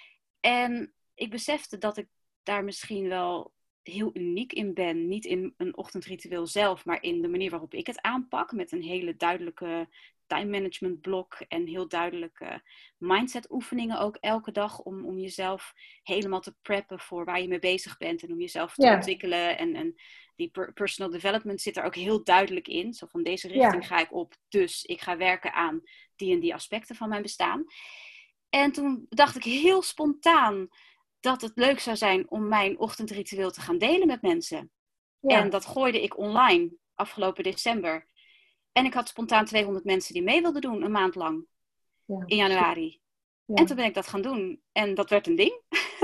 En ik besefte dat ik daar misschien wel heel uniek in ben. Niet in een ochtendritueel zelf, maar in de manier waarop ik het aanpak. Met een hele duidelijke time management blok en heel duidelijke mindset oefeningen ook elke dag. Om, om jezelf helemaal te preppen voor waar je mee bezig bent. En om jezelf te ja, ontwikkelen. En, en die per- personal development zit er ook heel duidelijk in. Zo van deze richting ja. ga ik op. Dus ik ga werken aan die en die aspecten van mijn bestaan. En toen dacht ik heel spontaan dat het leuk zou zijn om mijn ochtendritueel te gaan delen met mensen. En Ja, dat gooide ik online afgelopen december. En ik had spontaan tweehonderd mensen die mee wilden doen, een maand lang. ja, In januari. En ja, toen ben ik dat gaan doen. En dat werd een ding.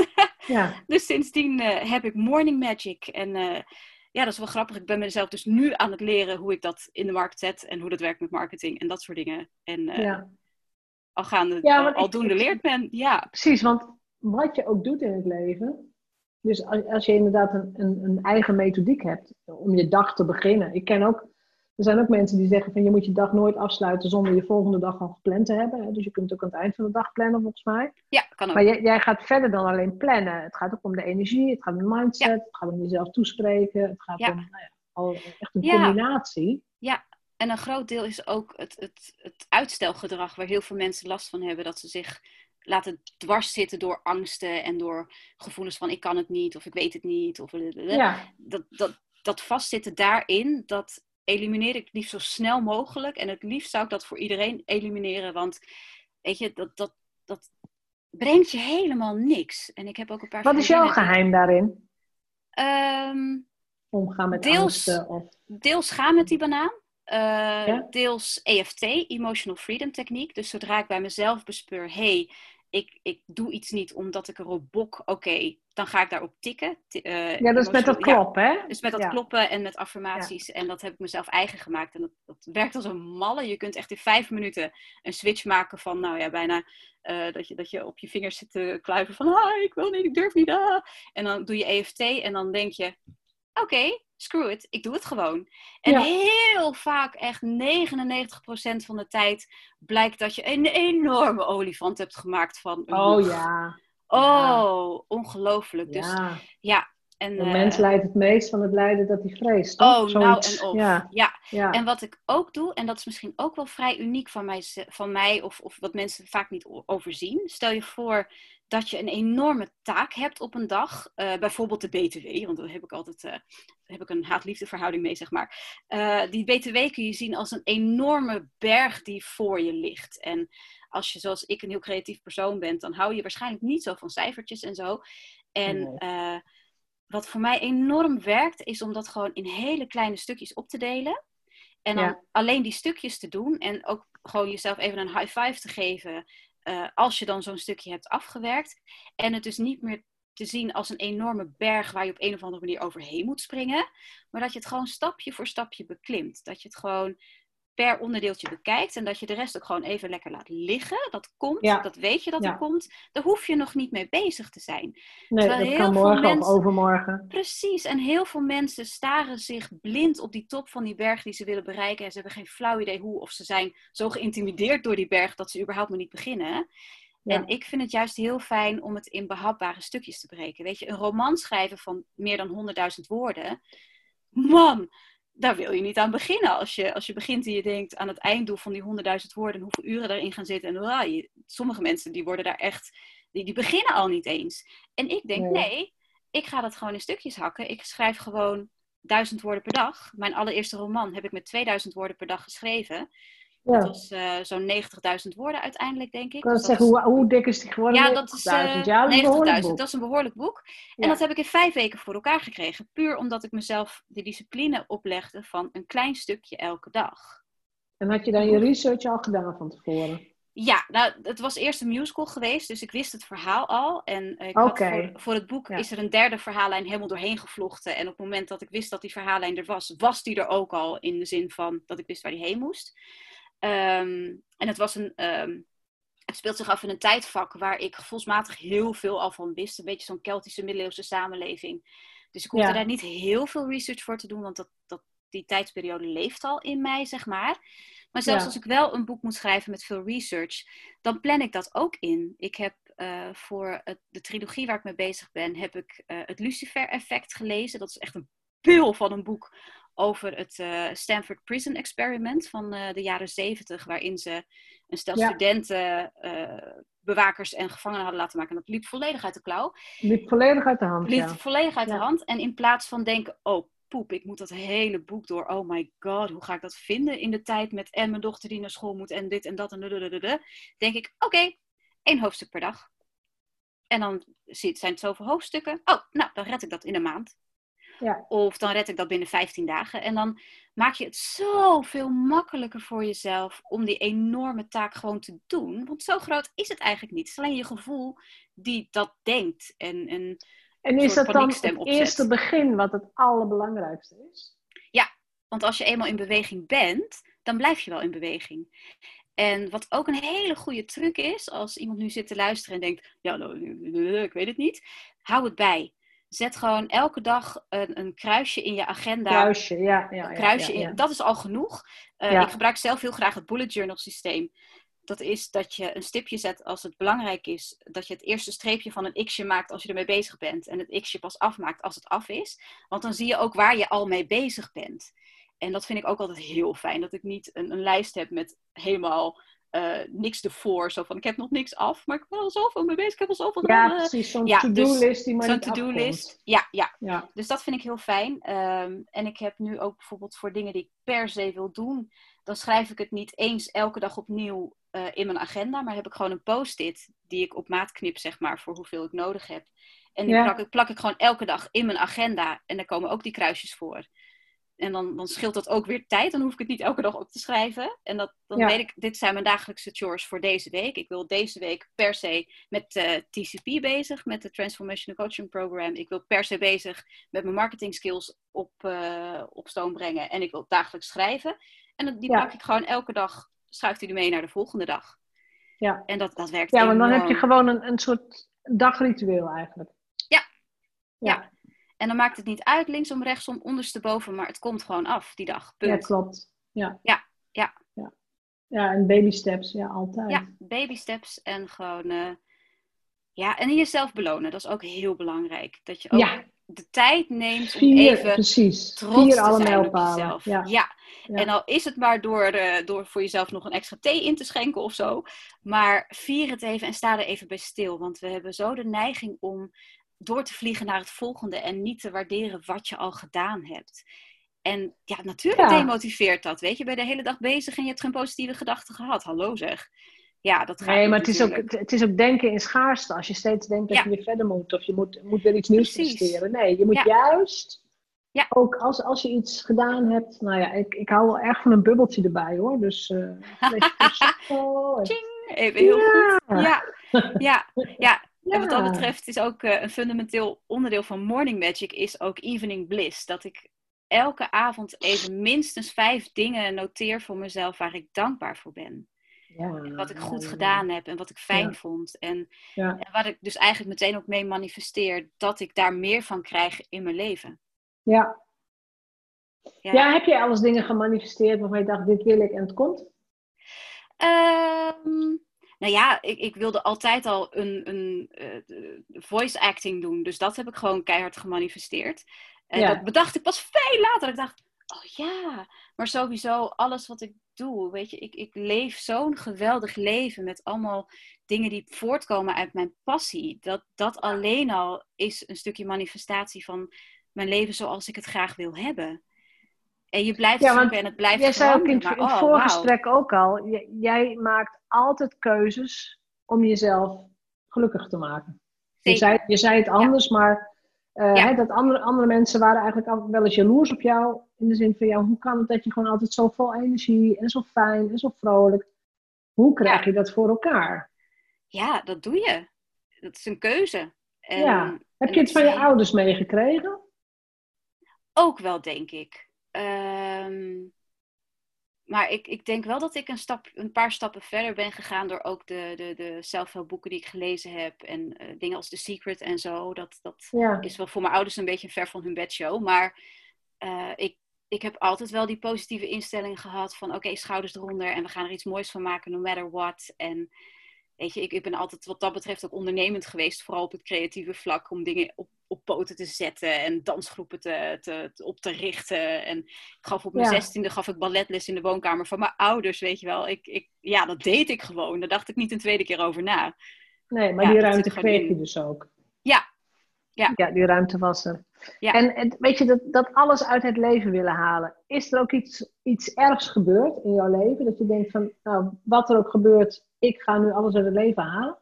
ja. Dus sindsdien uh, heb ik Morning Magic. En uh, ja, dat is wel grappig. Ik ben mezelf dus nu aan het leren hoe ik dat in de markt zet. En hoe dat werkt met marketing en dat soort dingen. En uh, Ja, al, gaande, ja al, want ik, aldoende ik, leert men. Ja, precies, want wat je ook doet in het leven, dus als, als je inderdaad een, een, een eigen methodiek hebt om je dag te beginnen. Ik ken ook, er zijn ook mensen die zeggen van je moet je dag nooit afsluiten zonder je volgende dag al gepland te hebben. Hè? Dus je kunt ook aan het eind van de dag plannen volgens mij. ja, kan Maar ook. jij, jij gaat verder dan alleen plannen. Het gaat ook om de energie, het gaat om de Ja, mindset, het gaat om jezelf toespreken. Het gaat ja, om nou ja, al echt een ja. combinatie. Ja, en een groot deel is ook het, het, het uitstelgedrag waar heel veel mensen last van hebben. Dat ze zich laten dwars zitten door angsten en door gevoelens van ik kan het niet of ik weet het niet. Of, Ja, dat, dat, dat vastzitten daarin, dat elimineer ik het liefst zo snel mogelijk. En het liefst zou ik dat voor iedereen elimineren. Want weet je, dat, dat, dat brengt je helemaal niks. En ik heb ook een paar wat is jouw vriendinnen die... geheim daarin? Um, Omgaan met deels, angsten of... deels gaan met die banaan. Uh, Ja? deels E F T, Emotional Freedom Techniek. Dus zodra ik bij mezelf bespeur, hey, ik, ik doe iets niet omdat ik erop bok, oké, okay, dan ga ik daarop tikken. T- uh, Ja, dat is met dat klop, ja, hè? dus met dat Ja, kloppen en met ja, affirmaties. En dat heb ik mezelf eigen gemaakt. En dat, dat werkt als een malle. Je kunt echt in vijf minuten een switch maken van, nou ja, bijna uh, dat, je, dat je op je vingers zit te kluiven van, ah, ik wil niet, ik durf niet. Ah. En dan doe je E F T en dan denk je, oké, okay, screw it, ik doe het gewoon. En ja. heel vaak, echt negenennegentig procent van de tijd, blijkt dat je een enorme olifant hebt gemaakt van een Oh lucht. ja, ja, Oh, ongelooflijk. Dus ja. ja, en... Een mens Uh, lijdt het meest van het lijden dat hij vreest, toch? oh, nou en Zoiets, of. ja, Ja, ja. en wat ik ook doe, en dat is misschien ook wel vrij uniek van mij, van mij of, of wat mensen vaak niet overzien. Stel je voor dat je een enorme taak hebt op een dag. Uh, bijvoorbeeld de B T W, want daar heb ik altijd uh, daar heb ik een haat-liefde verhouding mee, zeg maar. Uh, die B T W kun je zien als een enorme berg die voor je ligt. En als je zoals ik een heel creatief persoon bent, dan hou je waarschijnlijk niet zo van cijfertjes en zo. En... Nee. Uh, wat voor mij enorm werkt, is om dat gewoon in hele kleine stukjes op te delen. En dan Ja, alleen die stukjes te doen. En ook gewoon jezelf even een high five te geven. Uh, als je dan zo'n stukje hebt afgewerkt. En het dus niet meer te zien als een enorme berg waar je op een of andere manier overheen moet springen. Maar dat je het gewoon stapje voor stapje beklimt. Dat je het gewoon per onderdeeltje bekijkt. En dat je de rest ook gewoon even lekker laat liggen. Dat komt, ja, dat weet je dat er ja. komt. Daar hoef je nog niet mee bezig te zijn. Nee, Terwijl dat heel kan veel morgen of mensen... overmorgen. Precies, en heel veel mensen staren zich blind op die top van die berg die ze willen bereiken. En ze hebben geen flauw idee hoe, of ze zijn zo geïntimideerd door die berg dat ze überhaupt maar niet beginnen. Ja. En ik vind het juist heel fijn om het in behapbare stukjes te breken. Weet je, een roman schrijven van meer dan honderdduizend woorden. Man, daar wil je niet aan beginnen. Als je, als je begint en je denkt aan het einddoel van die honderdduizend woorden en hoeveel uren daarin gaan zitten. En ah, je, sommige mensen die worden daar echt, die, die beginnen al niet eens. En ik denk, Nee. nee, ik ga dat gewoon in stukjes hakken. Ik schrijf gewoon duizend woorden per dag. Mijn allereerste roman heb ik met tweeduizend woorden per dag geschreven. Dat Ja. was uh, zo'n negentigduizend woorden uiteindelijk, denk ik. Ik kan Dus dat zeggen, is... hoe, hoe dik is die geworden? Ja, dat is negentigduizend. uh, Ja, dat is een behoorlijk negentigduizend. boek. Dat is een behoorlijk boek. En Ja. dat heb ik in vijf weken voor elkaar gekregen. Puur omdat ik mezelf de discipline oplegde van een klein stukje elke dag. En had je dan je research al gedaan van tevoren? Ja, nou, het was eerst een musical geweest, dus ik wist het verhaal al. En uh, ik okay. had voor, voor het boek ja. is er een derde verhaallijn helemaal doorheen gevlochten. En op het moment dat ik wist dat die verhaallijn er was, was die er ook al in de zin van dat ik wist waar die heen moest. Um, en het was een... Um, Het speelt zich af in een tijdvak waar ik gevoelsmatig heel veel al van wist. Een beetje zo'n Keltische middeleeuwse samenleving. Dus ik hoefde ja. daar niet heel veel research voor te doen, want dat, dat, die tijdsperiode leeft al in mij, zeg maar. Maar zelfs ja. als ik wel een boek moet schrijven met veel research, dan plan ik dat ook in. Ik heb uh, voor het, de trilogie waar ik mee bezig ben, heb ik uh, het Lucifer-effect gelezen. Dat is echt een pil van een boek over het uh, Stanford Prison Experiment van uh, de jaren zeventig, waarin ze een stel ja. studenten, uh, bewakers en gevangenen hadden laten maken. En dat liep volledig uit de klauw. Liep volledig uit de hand, Liep ja. volledig uit ja. de hand. En in plaats van denken, oh poep, ik moet dat hele boek door. Oh my god, hoe ga ik dat vinden in de tijd met en mijn dochter die naar school moet en dit en dat en dadadadada. Denk ik, oké, okay, één hoofdstuk per dag. En dan zijn het zoveel hoofdstukken. Oh, nou, dan red ik dat in een maand. Ja. Of dan red ik dat binnen vijftien dagen. En dan maak je het zoveel makkelijker voor jezelf om die enorme taak gewoon te doen. Want zo groot is het eigenlijk niet. Het is alleen je gevoel die dat denkt. En, en, en is dat dan het opzet. Eerste begin wat het allerbelangrijkste is? Ja, want als je eenmaal in beweging bent, dan blijf je wel in beweging. En wat ook een hele goede truc is, als iemand nu zit te luisteren en denkt, ja, nou, ik weet het niet. Hou het bij. Zet gewoon elke dag een, een kruisje in je agenda. Kruisje, ja. ja, een kruisje ja, ja, ja. In, dat is al genoeg. Uh, ja. Ik gebruik zelf heel graag het bullet journal systeem. Dat is dat je een stipje zet als het belangrijk is. Dat je het eerste streepje van een x'je maakt als je ermee bezig bent. En het x'je pas afmaakt als het af is. Want dan zie je ook waar je al mee bezig bent. En dat vind ik ook altijd heel fijn. Dat ik niet een, een lijst heb met helemaal... Uh, niks ervoor, zo van ik heb nog niks af, maar ik ben al zoveel mee bezig, ik heb al zoveel ja, gedaan. precies, zo'n ja, to-do-list dus, die maar zo'n niet to-do-list. Ja, ja, ja. Dus dat vind ik heel fijn. Um, en ik heb nu ook bijvoorbeeld voor dingen die ik per se wil doen, dan schrijf ik het niet eens elke dag opnieuw uh, in mijn agenda, maar heb ik gewoon een post-it die ik op maat knip, zeg maar, voor hoeveel ik nodig heb. En die ja. plak, ik, plak ik gewoon elke dag in mijn agenda en daar komen ook die kruisjes voor. En dan, dan scheelt dat ook weer tijd. Dan hoef ik het niet elke dag op te schrijven. En dat, dan ja. weet ik, dit zijn mijn dagelijkse chores voor deze week. Ik wil deze week per se met uh, T C P bezig. Met de Transformational Coaching Program. Ik wil per se bezig met mijn marketing skills op, uh, op stoom brengen. En ik wil dagelijks schrijven. En die ja. plak ik gewoon elke dag. Schuift hij mee naar de volgende dag. Ja. En dat, dat werkt Ja, enorm. want dan heb je gewoon een, een soort dagritueel eigenlijk. Ja. Ja. ja. En dan maakt het niet uit, linksom, rechtsom, ondersteboven, maar het komt gewoon af die dag. Punt. Ja, klopt. Ja. Ja, ja. Ja, ja en baby steps, ja, altijd. Ja, baby steps en gewoon, uh, ja, en jezelf belonen. Dat is ook heel belangrijk. Dat je ook ja. de tijd neemt Vier, om even precies. trots Vier te alle zijn op jezelf. Ja. Ja. ja. En al is het maar door, uh, door voor jezelf nog een extra thee in te schenken of zo. Maar vier het even en sta er even bij stil. Want we hebben zo de neiging om door te vliegen naar het volgende en niet te waarderen wat je al gedaan hebt. En ja, natuurlijk ja. demotiveert dat, weet je. Ben je de hele dag bezig en je hebt geen positieve gedachten gehad. Hallo zeg. Ja, dat gaat Nee, maar het is, ook, natuurlijk. het is ook denken in schaarste. Als je steeds denkt dat ja. je weer verder moet of je moet, moet weer iets nieuws Precies. presteren. Nee, je moet ja. juist, ja. ook als, als je iets gedaan hebt. Nou ja, ik, ik hou wel erg van een bubbeltje erbij hoor. Dus uh, en... even heel ja. goed. Ja, ja, ja. Ja. En wat dat betreft is ook uh, een fundamenteel onderdeel van Morning Magic is ook Evening Bliss. Dat ik elke avond even minstens vijf dingen noteer voor mezelf waar ik dankbaar voor ben. Ja, en wat ik goed ja, gedaan heb en wat ik fijn ja. vond. En, ja. en wat ik dus eigenlijk meteen ook mee manifesteer, dat ik daar meer van krijg in mijn leven. Ja. Ja, ja heb je alles dingen gemanifesteerd waarvan je dacht, dit wil ik en het komt? Um, Nou ja, ik, ik wilde altijd al een, een uh, voice acting doen. Dus dat heb ik gewoon keihard gemanifesteerd. En ja. dat bedacht ik pas veel later. Ik dacht, oh ja, maar sowieso alles wat ik doe. Weet je, ik, ik leef zo'n geweldig leven met allemaal dingen die voortkomen uit mijn passie. Dat, dat alleen al is een stukje manifestatie van mijn leven zoals ik het graag wil hebben. En je blijft Ja, zoeken want en het blijft jij zei ook in veranderen. het, in Maar het oh, vorige wauw. gesprek ook al, j- jij maakt altijd keuzes om jezelf gelukkig te maken. Je zei, Zeker. je zei het Ja, anders, maar eh, ja, hè, dat andere, andere mensen waren eigenlijk al wel eens jaloers op jou. In de zin van, ja, hoe kan het dat je gewoon altijd zo vol energie en zo fijn en zo vrolijk. Hoe krijg ja. je dat voor elkaar? Ja, dat doe je. Dat is een keuze. Ja, En, heb en je dat het is van je heel, ouders meegekregen? ook wel, denk ik. Ehm, maar ik, ik denk wel dat ik een, stap, een paar stappen verder ben gegaan door ook de, de, de zelfhulpboeken die ik gelezen heb. En eh, dingen als The Secret en zo. Dat, dat Ja, is wel voor mijn ouders een beetje een ver van hun bedshow. Maar eh, ik, ik heb altijd wel die positieve instelling gehad van oké, schouders eronder en we gaan er iets moois van maken, no matter what. En weet je, ik, ik ben altijd wat dat betreft ook ondernemend geweest, vooral op het creatieve vlak, om dingen op, op poten te zetten en dansgroepen te, te, te- op te richten. En ik gaf op mijn ja. zestiende gaf ik balletles in de woonkamer van mijn ouders, weet je wel. Ik, ik, ja, dat deed ik gewoon. Daar dacht ik niet een tweede keer over na. Nee, maar Ja, die dat zit ruimte er gewoon kreeg je in. dus ook. Ja, ja, Ja, die ruimte was er. ja. En het- weet je, dat, dat alles uit het leven willen halen. Is er ook iets, iets ergs gebeurd in jouw leven? Dat je denkt van, nou, wat er ook gebeurt, ik ga nu alles uit het leven halen?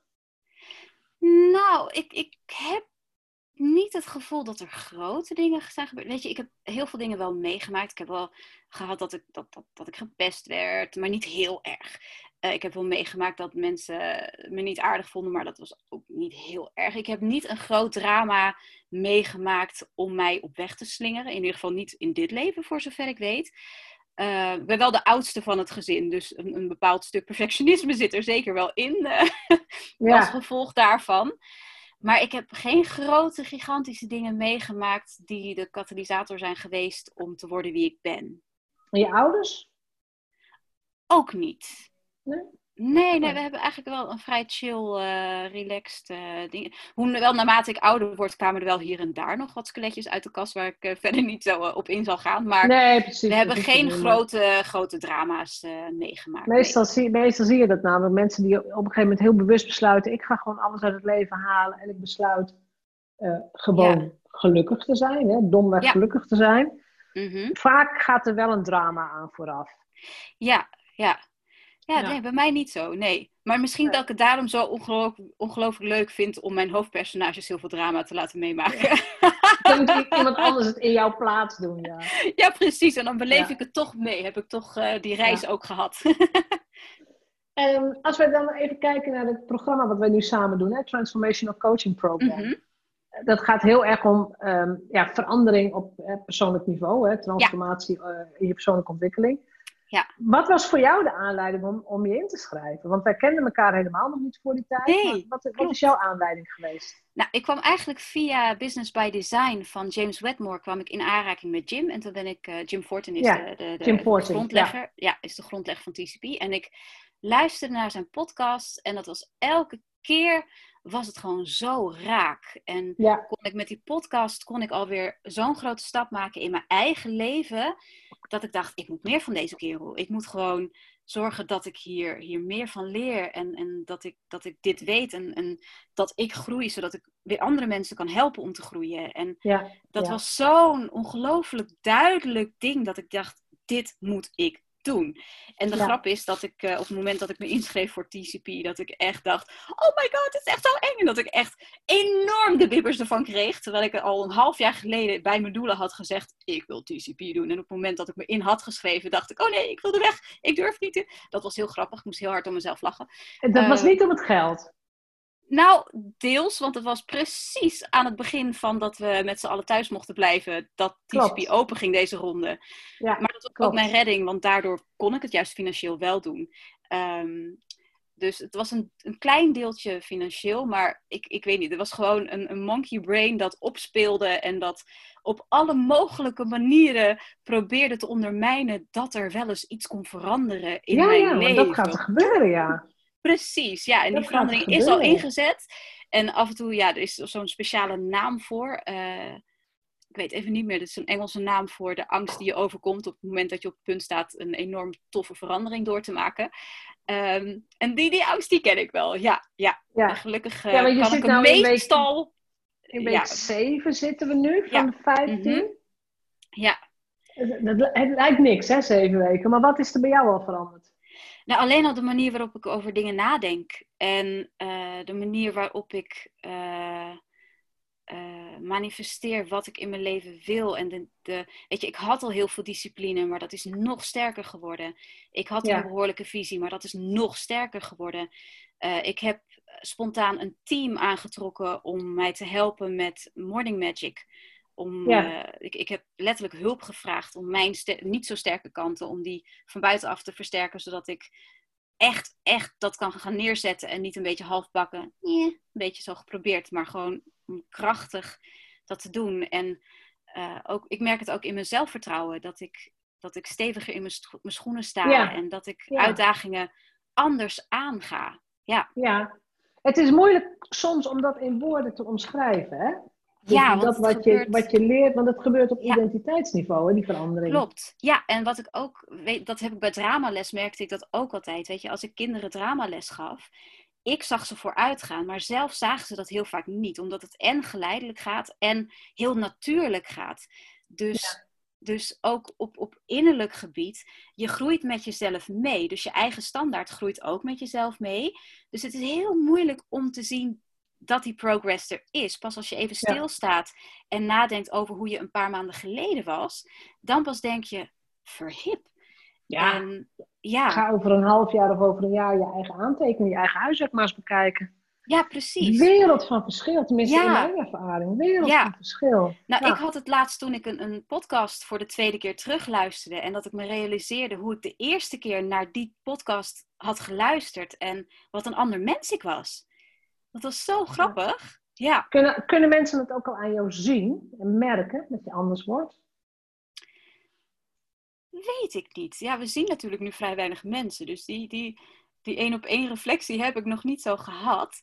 Nou, ik, ik heb niet het gevoel dat er grote dingen zijn gebeurd. Weet je, ik heb heel veel dingen wel meegemaakt. Ik heb wel gehad dat ik, dat, dat, dat ik gepest werd, maar niet heel erg. Uh, ik heb wel meegemaakt dat mensen me niet aardig vonden, maar dat was ook niet heel erg. Ik heb niet een groot drama meegemaakt om mij op weg te slingeren. In ieder geval niet in dit leven, voor zover ik weet. Uh, ik ben wel de oudste van het gezin, dus een, een bepaald stuk perfectionisme zit er zeker wel in. Uh, als Ja, gevolg daarvan. Maar ik heb geen grote, gigantische dingen meegemaakt die de katalysator zijn geweest om te worden wie ik ben. en je ouders? Ook niet. Nee? Nee, nee, we Nee. hebben eigenlijk wel een vrij chill, uh, relaxed uh, ding. Hoe, wel naarmate ik ouder word, kwamen er wel hier en daar nog wat skeletjes uit de kast waar ik uh, verder niet zo uh, op in zal gaan. Maar Nee, we precies, dat hebben hoeft ook geen niet. Maar grote, grote drama's uh, meegemaakt. meestal, Nee. zie, meestal zie je dat namelijk. Mensen die op een gegeven moment heel bewust besluiten, ik ga gewoon alles uit het leven halen. En ik besluit uh, gewoon Ja, gelukkig te zijn. Hè, domweg ja. gelukkig te zijn. Mm-hmm. Vaak gaat er wel een drama aan vooraf. Ja, ja. Ja, Ja. nee, bij mij niet zo, nee. Maar misschien dat ik het daarom zo ongelooflijk, ongelooflijk leuk vind om mijn hoofdpersonages heel veel drama te laten meemaken. Ja. Dan moet iemand anders het in jouw plaats doen, ja. Ja, precies. En dan beleef Ja. ik het toch mee. Heb ik toch uh, die reis Ja. ook gehad. En als we dan even kijken naar het programma wat wij nu samen doen, hè, Transformational Coaching Program. Mm-hmm. Dat gaat heel erg om um, ja, verandering op eh, persoonlijk niveau, hè, transformatie uh, in je persoonlijke ontwikkeling. Ja. Wat was voor jou de aanleiding om, om je in te schrijven? Want wij kenden elkaar helemaal nog niet voor die tijd. Nee, maar wat, wat is jouw aanleiding geweest? Nou, ik kwam eigenlijk via Business by Design van James Wedmore kwam ik in aanraking met Jim. En toen ben ik, uh, Jim Fortin is Ja, de, de, de, Jim de Fortin, grondlegger. Ja. Ja, is de grondlegger van T C P. En ik luisterde naar zijn podcast en dat was elke keer was het gewoon zo raak. En Ja. kon ik met die podcast kon ik alweer zo'n grote stap maken in mijn eigen leven. Dat ik dacht, ik moet meer van deze kerel. Ik moet gewoon zorgen dat ik hier, hier meer van leer. En, en dat, ik, dat ik dit weet. En, en dat ik groei, zodat ik weer andere mensen kan helpen om te groeien. En Ja. dat Ja. was zo'n ongelooflijk duidelijk ding dat ik dacht, dit moet ik doen. En de Ja. grap is dat ik uh, op het moment dat ik me inschreef voor T C P, dat ik echt dacht, oh my god, het is echt zo eng. En dat ik echt enorm de bibbers ervan kreeg. Terwijl ik al een half jaar geleden bij mijn doelen had gezegd, ik wil T C P doen. En op het moment dat ik me in had geschreven, dacht ik, oh nee, ik wilde weg. Ik durf niet. Dat was heel grappig. Ik moest heel hard om mezelf lachen. En dat uh, was niet om het geld? Nou, deels, want het was precies aan het begin van dat we met z'n allen thuis mochten blijven, dat T C P open ging deze ronde. Ja, maar dat was klopt. ook mijn redding, want daardoor kon ik het juist financieel wel doen. Um, dus het was een, een klein deeltje financieel, maar ik, ik weet niet, er was gewoon een, een monkey brain dat opspeelde en dat op alle mogelijke manieren probeerde te ondermijnen dat er wel eens iets kon veranderen in ja, mijn ja, leven. Ja, dat gaat er gebeuren, ja. Precies, ja. En dat die verandering is al ingezet. En af en toe, ja, er is zo'n speciale naam voor. Uh, ik weet even niet meer, dat is een Engelse naam voor de angst die je overkomt op het moment dat je op het punt staat een enorm toffe verandering door te maken. Um, en die, die angst, die ken ik wel, ja. ja. ja. En gelukkig uh, ja, maar je kan zit ik hem nou meestal... In week, in week ja. zeven zitten we nu, van ja. de vijftien. Mm-hmm. Ja. Het, het lijkt niks, hè, zeven weken. Maar wat is er bij jou al veranderd? Nou, alleen al de manier waarop ik over dingen nadenk. En uh, de manier waarop ik uh, uh, manifesteer wat ik in mijn leven wil. En de, de, weet je, ik had al heel veel discipline, maar dat is nog sterker geworden. Ik had Ja. een behoorlijke visie, maar dat is nog sterker geworden. Uh, ik heb spontaan een team aangetrokken om mij te helpen met Morning Magic. Om, Ja. uh, ik, ik heb letterlijk hulp gevraagd om mijn ster- niet zo sterke kanten, om die van buitenaf te versterken, zodat ik echt, echt dat kan gaan neerzetten en niet een beetje halfbakken. Nee, een beetje zo geprobeerd, maar gewoon krachtig dat te doen. En uh, ook, ik merk het ook in mijn zelfvertrouwen, dat ik, dat ik steviger in mijn, sto- mijn schoenen sta Ja. en dat ik Ja. uitdagingen anders aanga. Ja. Ja. Het is moeilijk soms om dat in woorden te omschrijven, hè? Dus ja, want dat wat, gebeurt... je, wat je leert, want het gebeurt op ja. identiteitsniveau, hè, die verandering. Klopt. Ja, en wat ik ook weet, dat heb ik bij dramales, merkte ik dat ook altijd. Weet je, als ik kinderen dramales gaf, ik zag ze vooruit gaan, maar zelf zagen ze dat heel vaak niet, omdat het en geleidelijk gaat en heel natuurlijk gaat. Dus, Ja. dus ook op, op innerlijk gebied, je groeit met jezelf mee. Dus je eigen standaard groeit ook met jezelf mee. Dus het is heel moeilijk om te zien dat die progress er is. Pas als je even stilstaat ja. en nadenkt over hoe je een paar maanden geleden was, dan pas denk je, verhip. Ja. En, ja. Ga over een half jaar of over een jaar je eigen aantekeningen, je eigen huiswerk maar eens bekijken. Ja, precies. Wereld van verschil, tenminste ja. in mijn ervaring. Wereld ja. van verschil. Nou, ja. ik had het laatst toen ik een, een podcast voor de tweede keer terugluisterde en dat ik me realiseerde hoe ik de eerste keer naar die podcast had geluisterd en wat een ander mens ik was. Dat was zo grappig. Ja. ja. Kunnen, kunnen mensen het ook al aan jou zien en merken dat je anders wordt? Weet ik niet. Ja, we zien natuurlijk nu vrij weinig mensen. Dus die, die, die één op één reflectie heb ik nog niet zo gehad.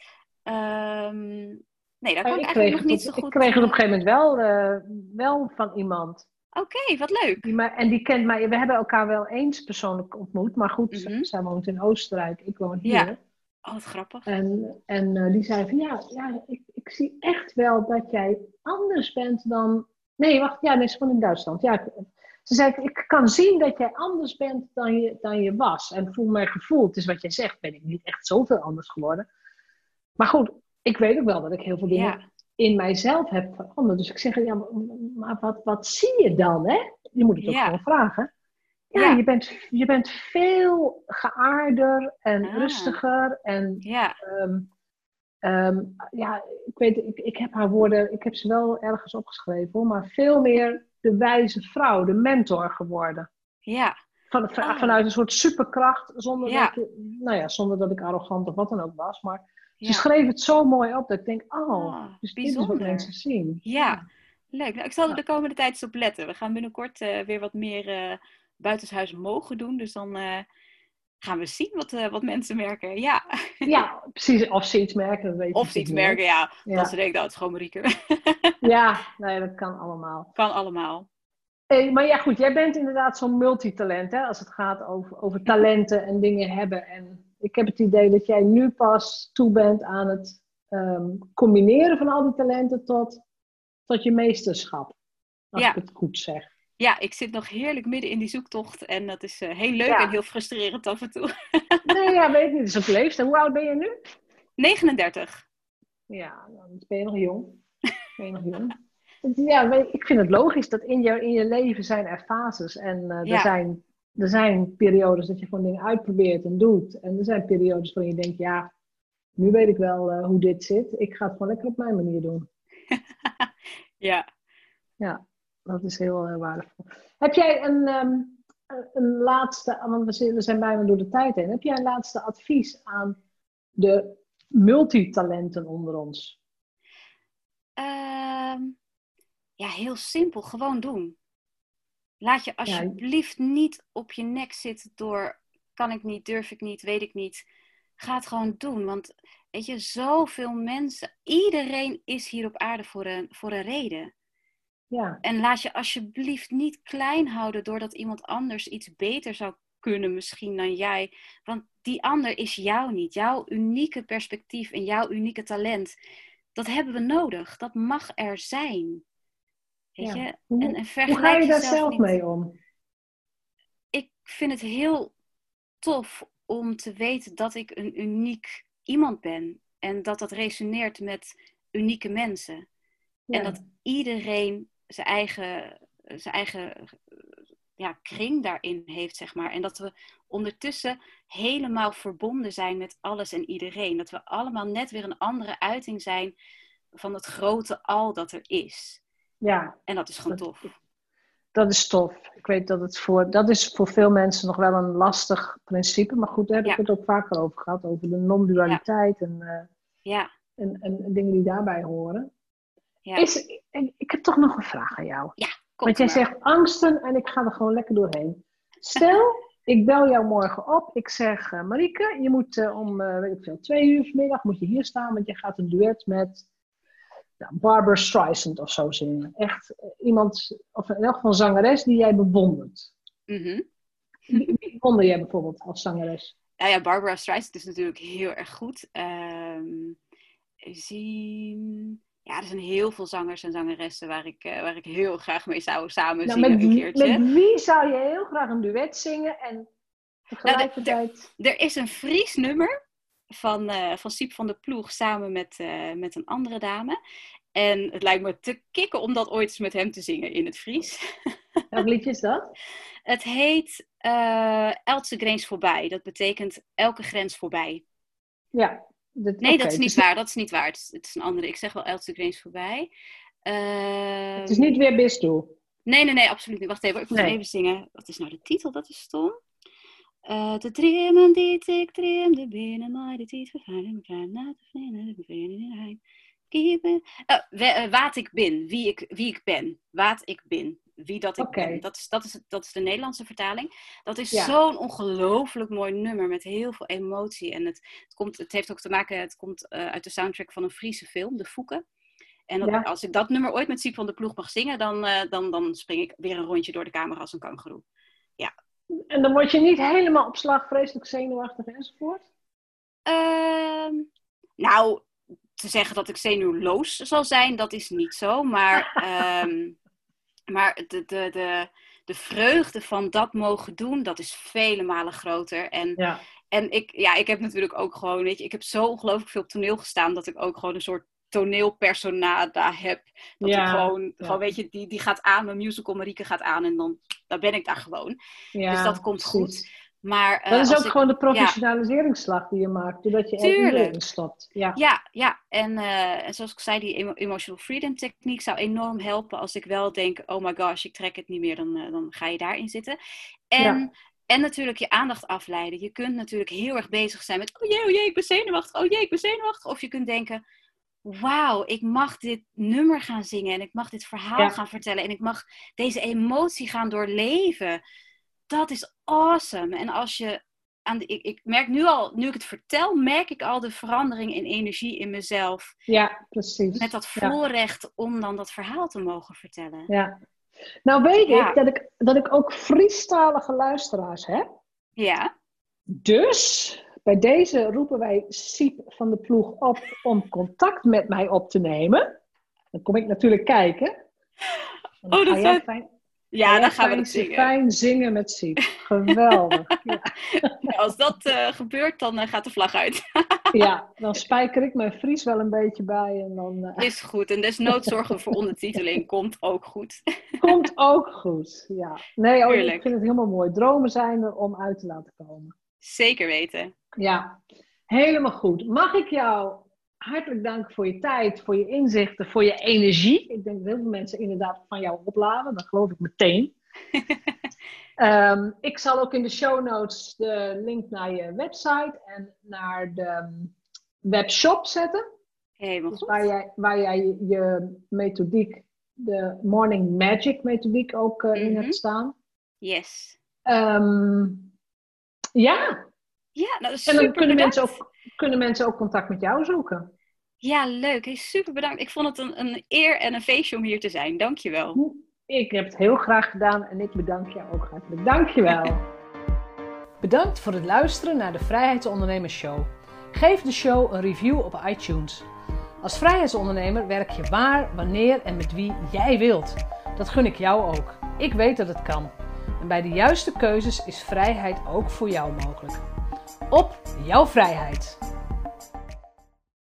Um, nee, daar kan ik, ik eigenlijk nog niet op, zo goed... Ik kreeg het op een gegeven moment wel, uh, wel van iemand. Oké, okay, wat leuk. Die mij, en die kent mij. We hebben elkaar wel eens persoonlijk ontmoet. Maar goed, mm-hmm. zij woont in Oostenrijk. Ik woon hier. Ja. Oh, wat grappig. En, en uh, die zei van ja, ja ik, ik zie echt wel dat jij anders bent dan... Nee, wacht. Ja, nee, ze woont in Duitsland. Ja, ze zei, ik kan zien dat jij anders bent dan je, dan je was. En voel mijn gevoel, het is wat jij zegt, ben ik niet echt zoveel anders geworden. Maar goed, ik weet ook wel dat ik heel veel dingen ja. in mijzelf heb veranderd. Dus ik zeg, ja, maar wat, wat zie je dan, hè? Je moet het ook ja. gewoon vragen. Ja, ja. Je, bent, je bent veel geaarder en ah. rustiger. En ja. Um, um, ja, ik weet, ik, ik heb haar woorden, ik heb ze wel ergens opgeschreven, hoor, maar veel meer de wijze vrouw, de mentor geworden. Ja. Van, van, oh. Vanuit een soort superkracht, zonder, ja. dat, nou ja, zonder dat ik arrogant of wat dan ook was. Maar ja. ze schreef het zo mooi op dat ik denk, oh, oh dus dit is wat mensen zien. Ja, ja. Leuk. Nou, ik zal er de komende tijd eens op letten. We gaan binnenkort uh, weer wat meer uh, buitenshuis mogen doen. Dus dan uh, gaan we zien wat, uh, wat mensen merken. Ja. ja, precies. Of ze iets merken, dat weet ik Of ze iets merken, ja. ja. Dan zeg ik dat, gewoon Marieke. ja, nee, dat kan allemaal. Kan allemaal. Hey, maar ja, goed, jij bent inderdaad zo'n multitalent, hè, als het gaat over, over talenten en dingen hebben. En ik heb het idee dat jij nu pas toe bent aan het um, combineren van al die talenten tot, tot je meesterschap. Als ja. ik het goed zeg. Ja, ik zit nog heerlijk midden in die zoektocht en dat is uh, heel leuk ja. en heel frustrerend af en toe. nee, ja, weet ik niet. Dat is ook leeftijd. Hoe oud ben je nu? negenendertig. Ja, dan ben je nog jong. Ben je nog jong. Ja, ik vind het logisch dat in je, in je leven zijn er fases. En uh, ja. er, zijn, er zijn periodes dat je gewoon dingen uitprobeert en doet. En er zijn periodes waarin je denkt, ja, nu weet ik wel uh, hoe dit zit. Ik ga het gewoon lekker op mijn manier doen. ja. Ja, dat is heel uh, waardevol. Heb jij een, um, een laatste, want we zijn bijna door de tijd heen. Heb jij een laatste advies aan de multitalenten onder ons? Um... Ja, heel simpel. Gewoon doen. Laat je alsjeblieft ja. niet op je nek zitten door kan ik niet, durf ik niet, weet ik niet. Ga het gewoon doen. Want weet je, zoveel mensen, iedereen is hier op aarde voor een, voor een reden. Ja. En laat je alsjeblieft niet klein houden doordat iemand anders iets beter zou kunnen misschien dan jij. Want die ander is jou niet. Jouw unieke perspectief en jouw unieke talent. Dat hebben we nodig. Dat mag er zijn. Weet Ja. je? Hoe, En, en hoe vergelijk ga je daar jezelf zelf niet. mee om? Ik vind het heel tof om te weten dat ik een uniek iemand ben. En dat dat resoneert met unieke mensen. Ja. En dat iedereen zijn eigen, zijn eigen ja, kring daarin heeft, zeg maar. En dat we ondertussen helemaal verbonden zijn met alles en iedereen. Dat we allemaal net weer een andere uiting zijn van het grote al dat er is. Ja, En dat is gewoon dat, tof. dat is tof. Ik weet dat het voor, dat is voor veel mensen nog wel een lastig principe. Maar goed, daar heb Ja. ik het ook vaker over gehad. Over de non-dualiteit en, uh, Ja. en, en dingen die daarbij horen. Ja. Is, ik, ik heb toch nog een vraag aan jou. Ja, Want jij maar. zegt angsten en ik ga er gewoon lekker doorheen. Stel, ik bel jou morgen op. Ik zeg, uh, Marieke, je moet uh, om uh, weet ik veel, twee uur vanmiddag moet je hier staan. Want je gaat een duet met nou, Barbara Streisand of zo zingen. Echt uh, iemand, of in elk geval een zangeres die jij bewondert. Mm-hmm. Wie, wie bewonder jij bijvoorbeeld als zangeres? Nou ja, Barbara Streisand is natuurlijk heel erg goed. Um, zien... Ja, er zijn heel veel zangers en zangeressen waar ik, uh, waar ik heel graag mee zou samen nou, zingen met, een keertje. Met wie zou je heel graag een duet zingen en tegelijkertijd... Nou, er is een Fries nummer van, uh, van Siep van der Ploeg samen met, uh, met een andere dame. En het lijkt me te kicken om dat ooit eens met hem te zingen in het Fries. Welk liedje is dat? Het heet uh, Eltse Grens voorbij. Dat betekent elke grens voorbij. Ja. Dat, nee, okay, dat is niet is waar. Dat is niet waar. Het is, het is een andere. Ik zeg wel Eltse Grens voorbij. Uh, het is niet weer Bistoe. Nee, nee, nee, absoluut niet. Wacht even. Ik moet nee. even zingen. Wat is nou de titel? Dat is stom. Uh, de dreamen die ik dreamde binnen, maar dit iets vervuilen, mijn na te vinden, de bevrijding in uh, Wat ik ben, wie ik, wie ik ben, wat ik ben, wie dat ik okay. ben. Dat is, dat, is, dat is de Nederlandse vertaling. Dat is ja. zo'n ongelooflijk mooi nummer met heel veel emotie. En het, het, komt, het heeft ook te maken, het komt uh, uit de soundtrack van een Friese film, De Fouke. En dat, ja. als ik dat nummer ooit met Siep van der Ploeg mag zingen, dan, uh, dan, dan spring ik weer een rondje door de kamer als een kangoeroe. Ja. En dan word je niet helemaal op slag, vreselijk zenuwachtig enzovoort? Uh, nou, te zeggen dat ik zenuwloos zal zijn, dat is niet zo. Maar, um, maar de, de, de, de vreugde van dat mogen doen, dat is vele malen groter. En, ja. en ik, ja, ik heb natuurlijk ook gewoon, weet je, ik heb zo ongelooflijk veel op toneel gestaan, dat ik ook gewoon een soort toneelpersonada heb. Dat ja, ik gewoon, ja. gewoon, weet je, die, die gaat aan, mijn musical Marieke gaat aan en dan, dan ben ik daar gewoon. Ja, dus dat komt precies. goed. Maar, uh, dat is ook ik, gewoon de professionaliseringsslag ja. die je maakt, doordat je er uren in stopt. Ja, ja, ja. En, uh, en zoals ik zei, die emo- emotional freedom techniek zou enorm helpen als ik wel denk, oh my gosh, ik trek het niet meer, dan, uh, dan ga je daarin zitten. En, ja. en natuurlijk je aandacht afleiden. Je kunt natuurlijk heel erg bezig zijn met, oh jee, oh jee, ik ben zenuwachtig, oh jee, ik ben zenuwachtig. Of je kunt denken, wauw, ik mag dit nummer gaan zingen en ik mag dit verhaal ja. gaan vertellen en ik mag deze emotie gaan doorleven. Dat is awesome. En als je aan de, ik, ik merk nu al, nu ik het vertel, merk ik al de verandering in energie in mezelf. Ja, precies. Met dat voorrecht ja. om dan dat verhaal te mogen vertellen. Ja. Nou weet ja. ik dat ik dat ik ook Friestalige luisteraars heb. Ja. Dus bij deze roepen wij Siep van der Ploeg op om contact met mij op te nemen. Dan kom ik natuurlijk kijken. Dan oh, dat jij fijn... Ja, dan gaan we dat zingen. Fijn zingen met Siep. Geweldig. Ja. Ja, als dat uh, gebeurt, dan uh, gaat de vlag uit. Ja, dan spijker ik mijn Fries wel een beetje bij. En dan, uh... Is goed. En desnoods zorgen we voor ondertiteling. Komt ook goed. Komt ook goed, ja. Nee, oh, ik vind het helemaal mooi. Dromen zijn er om uit te laten komen. Zeker weten. Ja, helemaal goed. Mag ik jou hartelijk danken voor je tijd, voor je inzichten, voor je energie. Ik denk dat heel veel mensen inderdaad van jou opladen. Dat geloof ik meteen. um, ik zal ook in de show notes de link naar je website en naar de webshop zetten. Helemaal dus goed. Waar jij, waar jij je, je methodiek, de Morning Magic methodiek ook uh, mm-hmm. in hebt staan. Yes. Um, ja. Ja, dat is en dan super kunnen bedankt. mensen, ook, kunnen mensen ook contact met jou zoeken. Ja, leuk. Hey, super bedankt. Ik vond het een, een eer en een feestje om hier te zijn. Dankjewel. Ik heb het heel graag gedaan en ik bedank jou ook hartelijk. Dankjewel. Bedankt voor het luisteren naar de Vrijheidsondernemers Show. Geef de show een review op iTunes. Als vrijheidsondernemer werk je waar, wanneer en met wie jij wilt. Dat gun ik jou ook. Ik weet dat het kan. En bij de juiste keuzes is vrijheid ook voor jou mogelijk. Op jouw vrijheid!